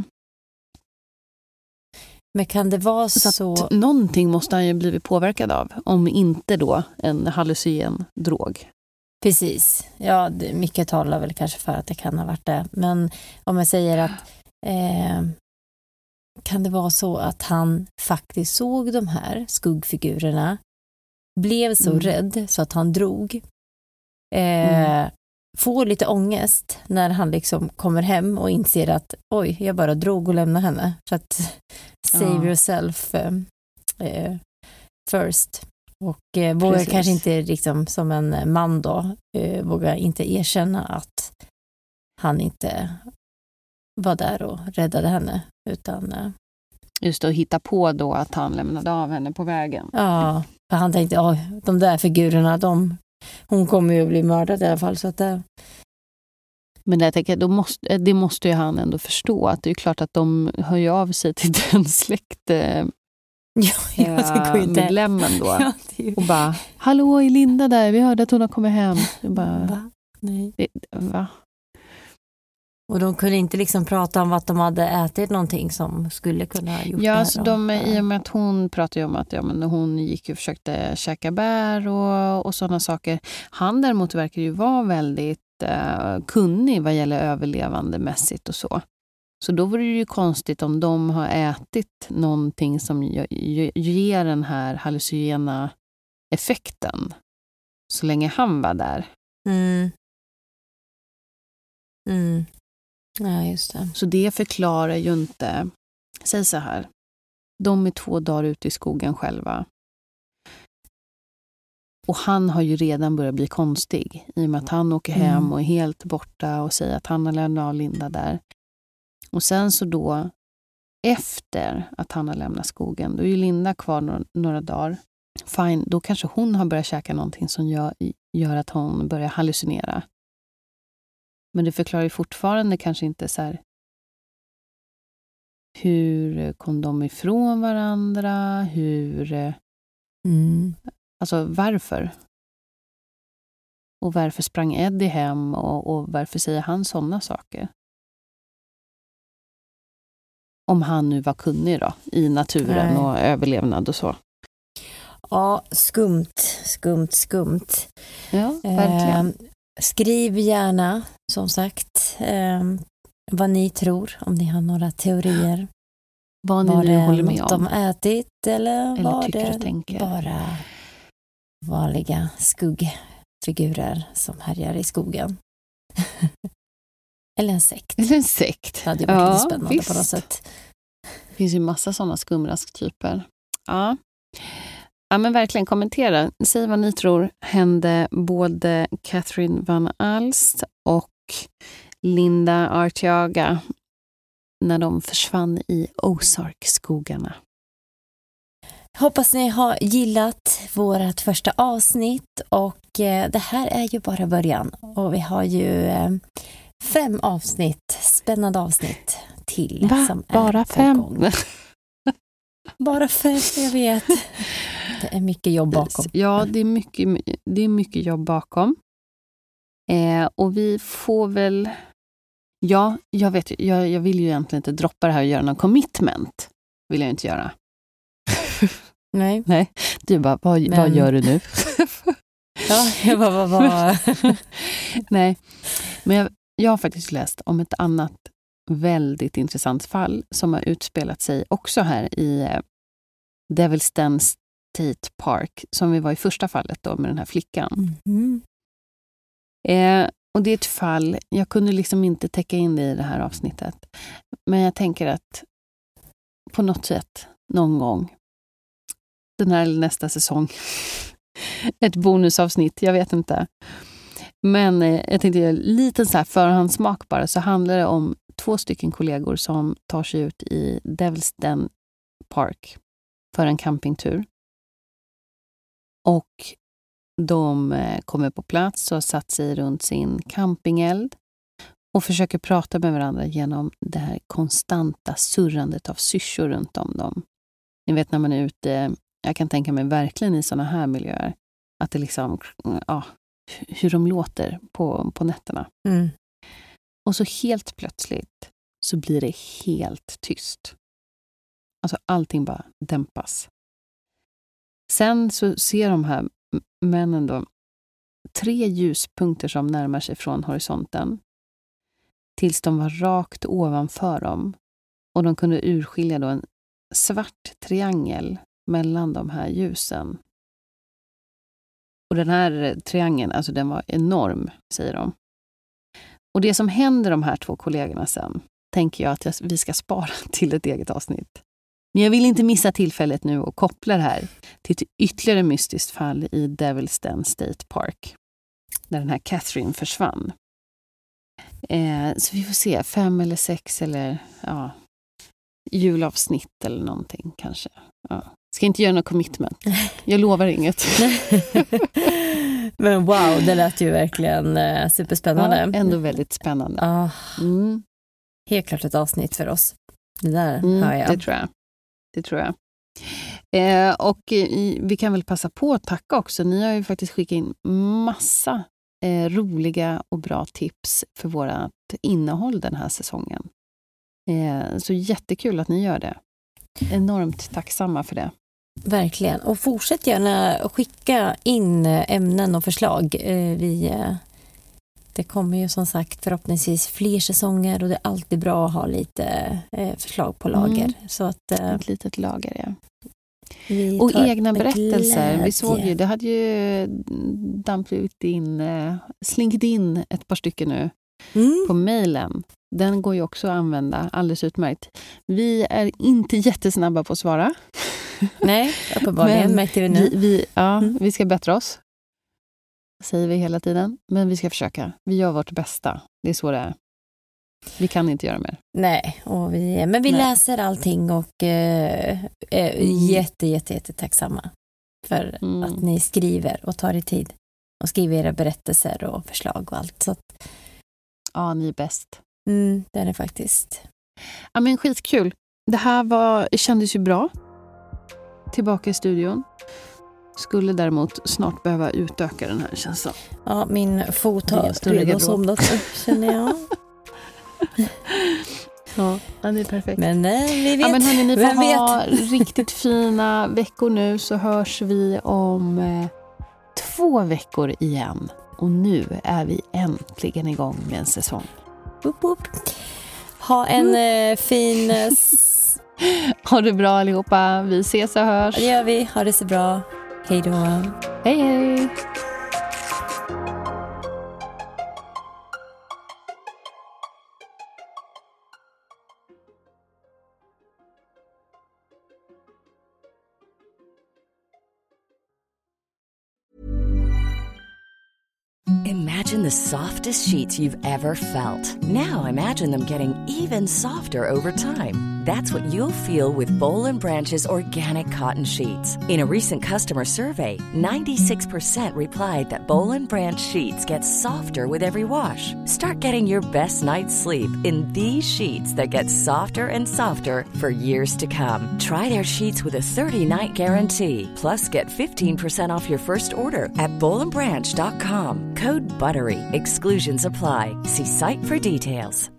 Men kan det vara så... så att någonting måste han ju blivit påverkad av. Om inte då en hallucinogen drog. Precis. Ja, det, mycket talar väl kanske för att det kan ha varit det. Men om jag säger att eh, kan det vara så att han faktiskt såg de här skuggfigurerna, blev så mm. rädd så att han drog. Eh, mm. Får lite ångest när han liksom kommer hem och inser att oj, jag bara drog och lämnade henne. Så att save ja. yourself eh, first. Och eh, vågar kanske inte liksom, som en man då, eh, vågar inte erkänna att han inte var där och räddade henne. Utan, eh, just att hitta på då att han lämnade av henne på vägen. Ja, för han tänkte, oj, de där figurerna, de, hon kommer ju att bli mördad i alla fall. Så att det... Men jag tänker, då måste, det måste ju han ändå förstå. Att det är klart att de hör ju av sig till den släkt eh, ja, ja, det inte. medlemmen då. Ja, ju... Och bara, hallå, är Linda där? Vi hörde att hon har kommit hem. Jag bara, va? Nej. Det, va? Och de kunde inte liksom prata om att de hade ätit någonting som skulle kunna ha gjort ja, det här. Så de, i och med att hon pratade om att ja, men hon gick och försökte käka bär och, och sådana saker. Han däremot verkar ju vara väldigt eh, kunnig vad gäller överlevande mässigt och så. Så då var det ju konstigt om de har ätit någonting som ger den här hallucinogena effekten så länge han var där. Mm. Mm. Ja, just det. Så det förklarar ju inte... Säg så här. De är två dagar ute i skogen själva. Och han har ju redan börjat bli konstig. I och med att han åker hem mm. och är helt borta och säger att han har lämnat av Linda där. Och sen så då, efter att han har lämnat skogen, då är ju Linda kvar några, några dagar. Fine, då kanske hon har börjat käka någonting som gör, gör att hon börjar hallucinera. Men det förklarar ju fortfarande kanske inte så här, hur kom de ifrån varandra, hur... Mm. Alltså varför? Och varför sprang Eddie hem och, och varför säger han sådana saker? Om han nu var kunnig då, i naturen Nej. och överlevnad och så. Ja, skumt, skumt, skumt. Ja, verkligen. Eh, skriv gärna, som sagt, eh, vad ni tror, om ni har några teorier. Vad ni var nu det håller med något om. de ätit eller, eller var tycker det och tänker. bara vanliga skuggfigurer som härjar i skogen? Eller en sekt. Eller en sekt. Det hade ju varit ja, lite spännande visst. på något sätt. Det finns ju massa sådana skumrasktyper. Ja. Ja, men verkligen kommentera. Säg vad ni tror hände både Catherine Van Alst och Linda Arteaga när de försvann i Ozark-skogarna. Hoppas ni har gillat vårt första avsnitt, och eh, det här är ju bara början. Och vi har ju eh, fem avsnitt, spännande avsnitt till. Va? Som är bara fem? Bara fem, jag vet. Det är mycket jobb bakom. Ja, det är mycket, det är mycket jobb bakom. Eh, och vi får väl... Ja, jag vet jag, jag vill ju egentligen inte droppa det här och göra någon commitment. Vill jag inte göra. Nej. Nej. Du bara, vad, Men... vad gör du nu? Ja, jag bara, vad var... Nej, men jag, jag har faktiskt läst om ett annat väldigt intressant fall som har utspelat sig också här i eh, Devil's Den State Park, som vi var i första fallet då med den här flickan. Mm. Eh, och det är ett fall, jag kunde liksom inte täcka in det i det här avsnittet. Men jag tänker att på något sätt, någon gång, den här eller nästa säsong, ett bonusavsnitt, jag vet inte. Men eh, jag tänkte göra en liten så här förhandssmak bara, så handlar det om två stycken kollegor som tar sig ut i Devil's Den Park för en campingtur. Och de eh, kommer på plats och har satt sig runt sin campingeld och försöker prata med varandra genom det här konstanta surrandet av syrsor runt om dem. Ni vet när man är ute, jag kan tänka mig verkligen i såna här miljöer, att det liksom, ja, hur de låter på, på nätterna. Mm. Och så helt plötsligt så blir det helt tyst. Alltså allting bara dämpas. Sen så ser de här männen då tre ljuspunkter som närmar sig från horisonten tills de var rakt ovanför dem. Och de kunde urskilja då en svart triangel mellan de här ljusen. Och den här triangeln, alltså den var enorm, säger de. Och det som händer de här två kollegorna sen, tänker jag att vi ska spara till ett eget avsnitt. Men jag vill inte missa tillfället nu och koppla det här till ett ytterligare mystiskt fall i Devil's Den State Park. Där den här Catherine försvann. Eh, så vi får se, fem eller sex eller ja, julavsnitt eller någonting kanske. Ja. Ska inte göra något commitment. Jag lovar inget. Men wow, det lät ju verkligen eh, superspännande. Ja, ändå väldigt spännande. Ah, mm. Helt klart ett avsnitt för oss. Det där mm, hör jag. Det tror jag. Det tror jag. Eh, och i, vi kan väl passa på att tacka också. Ni har ju faktiskt skickat in massa eh, roliga och bra tips för vårt innehåll den här säsongen. Eh, så jättekul att ni gör det. Enormt tacksamma för det. Verkligen. Och fortsätt gärna skicka in ämnen och förslag. Eh, vi, eh, det kommer ju som sagt förhoppningsvis fler säsonger och det är alltid bra att ha lite eh, förslag på lager. Mm. Så att, eh, ett litet lager, ja. Och egna berättelser. Glädje. Vi såg ju, det hade ju dampit in, slinkit in ett par stycken nu mm. på mejlen. Den går ju också att använda alldeles utmärkt. Vi är inte jättesnabba på att svara. Nej, uppenbarligen märkte vi nu. Vi, vi, ja, mm. vi ska bättra oss. Säger vi hela tiden. Men vi ska försöka. Vi gör vårt bästa. Det är så det är. Vi kan inte göra mer. Nej, och vi, men vi Nej. läser allting och eh, är jätte, jätte, jätte tacksamma för Mm. att ni skriver och tar er tid och skriver era berättelser och förslag och allt. Så att, Ja, ni är bäst. mm, det är det faktiskt. Ja, men skitkul. Det här var, kändes ju bra. Tillbaka i studion. Skulle däremot snart behöva utöka den här känslan. Ja, min fot Det är har större redan garderob. somnat nu, känner jag. Ja, det är perfekt. Men eh, vi vet. Ja, men hörni, ni får Vem ha vet? riktigt fina veckor nu, så hörs vi om eh, två veckor igen. Och nu är vi äntligen igång med en säsong. Upp, upp. Ha en eh, fin... Eh, s- Ha det bra allihopa. Vi ses och hörs. det gör vi. Ha det så bra. Hej då. Hej hej! Imagine the softest sheets you've ever felt. Now imagine them getting even softer over time. That's what you'll feel with Boll and Branch's organic cotton sheets. In a recent customer survey, ninety-six percent replied that Boll and Branch sheets get softer with every wash. Start getting your best night's sleep in these sheets that get softer and softer for years to come. Try their sheets with a thirty-night guarantee. Plus, get fifteen percent off your first order at boll and branch dot com. Code BUTTERY. Exclusions apply. See site for details.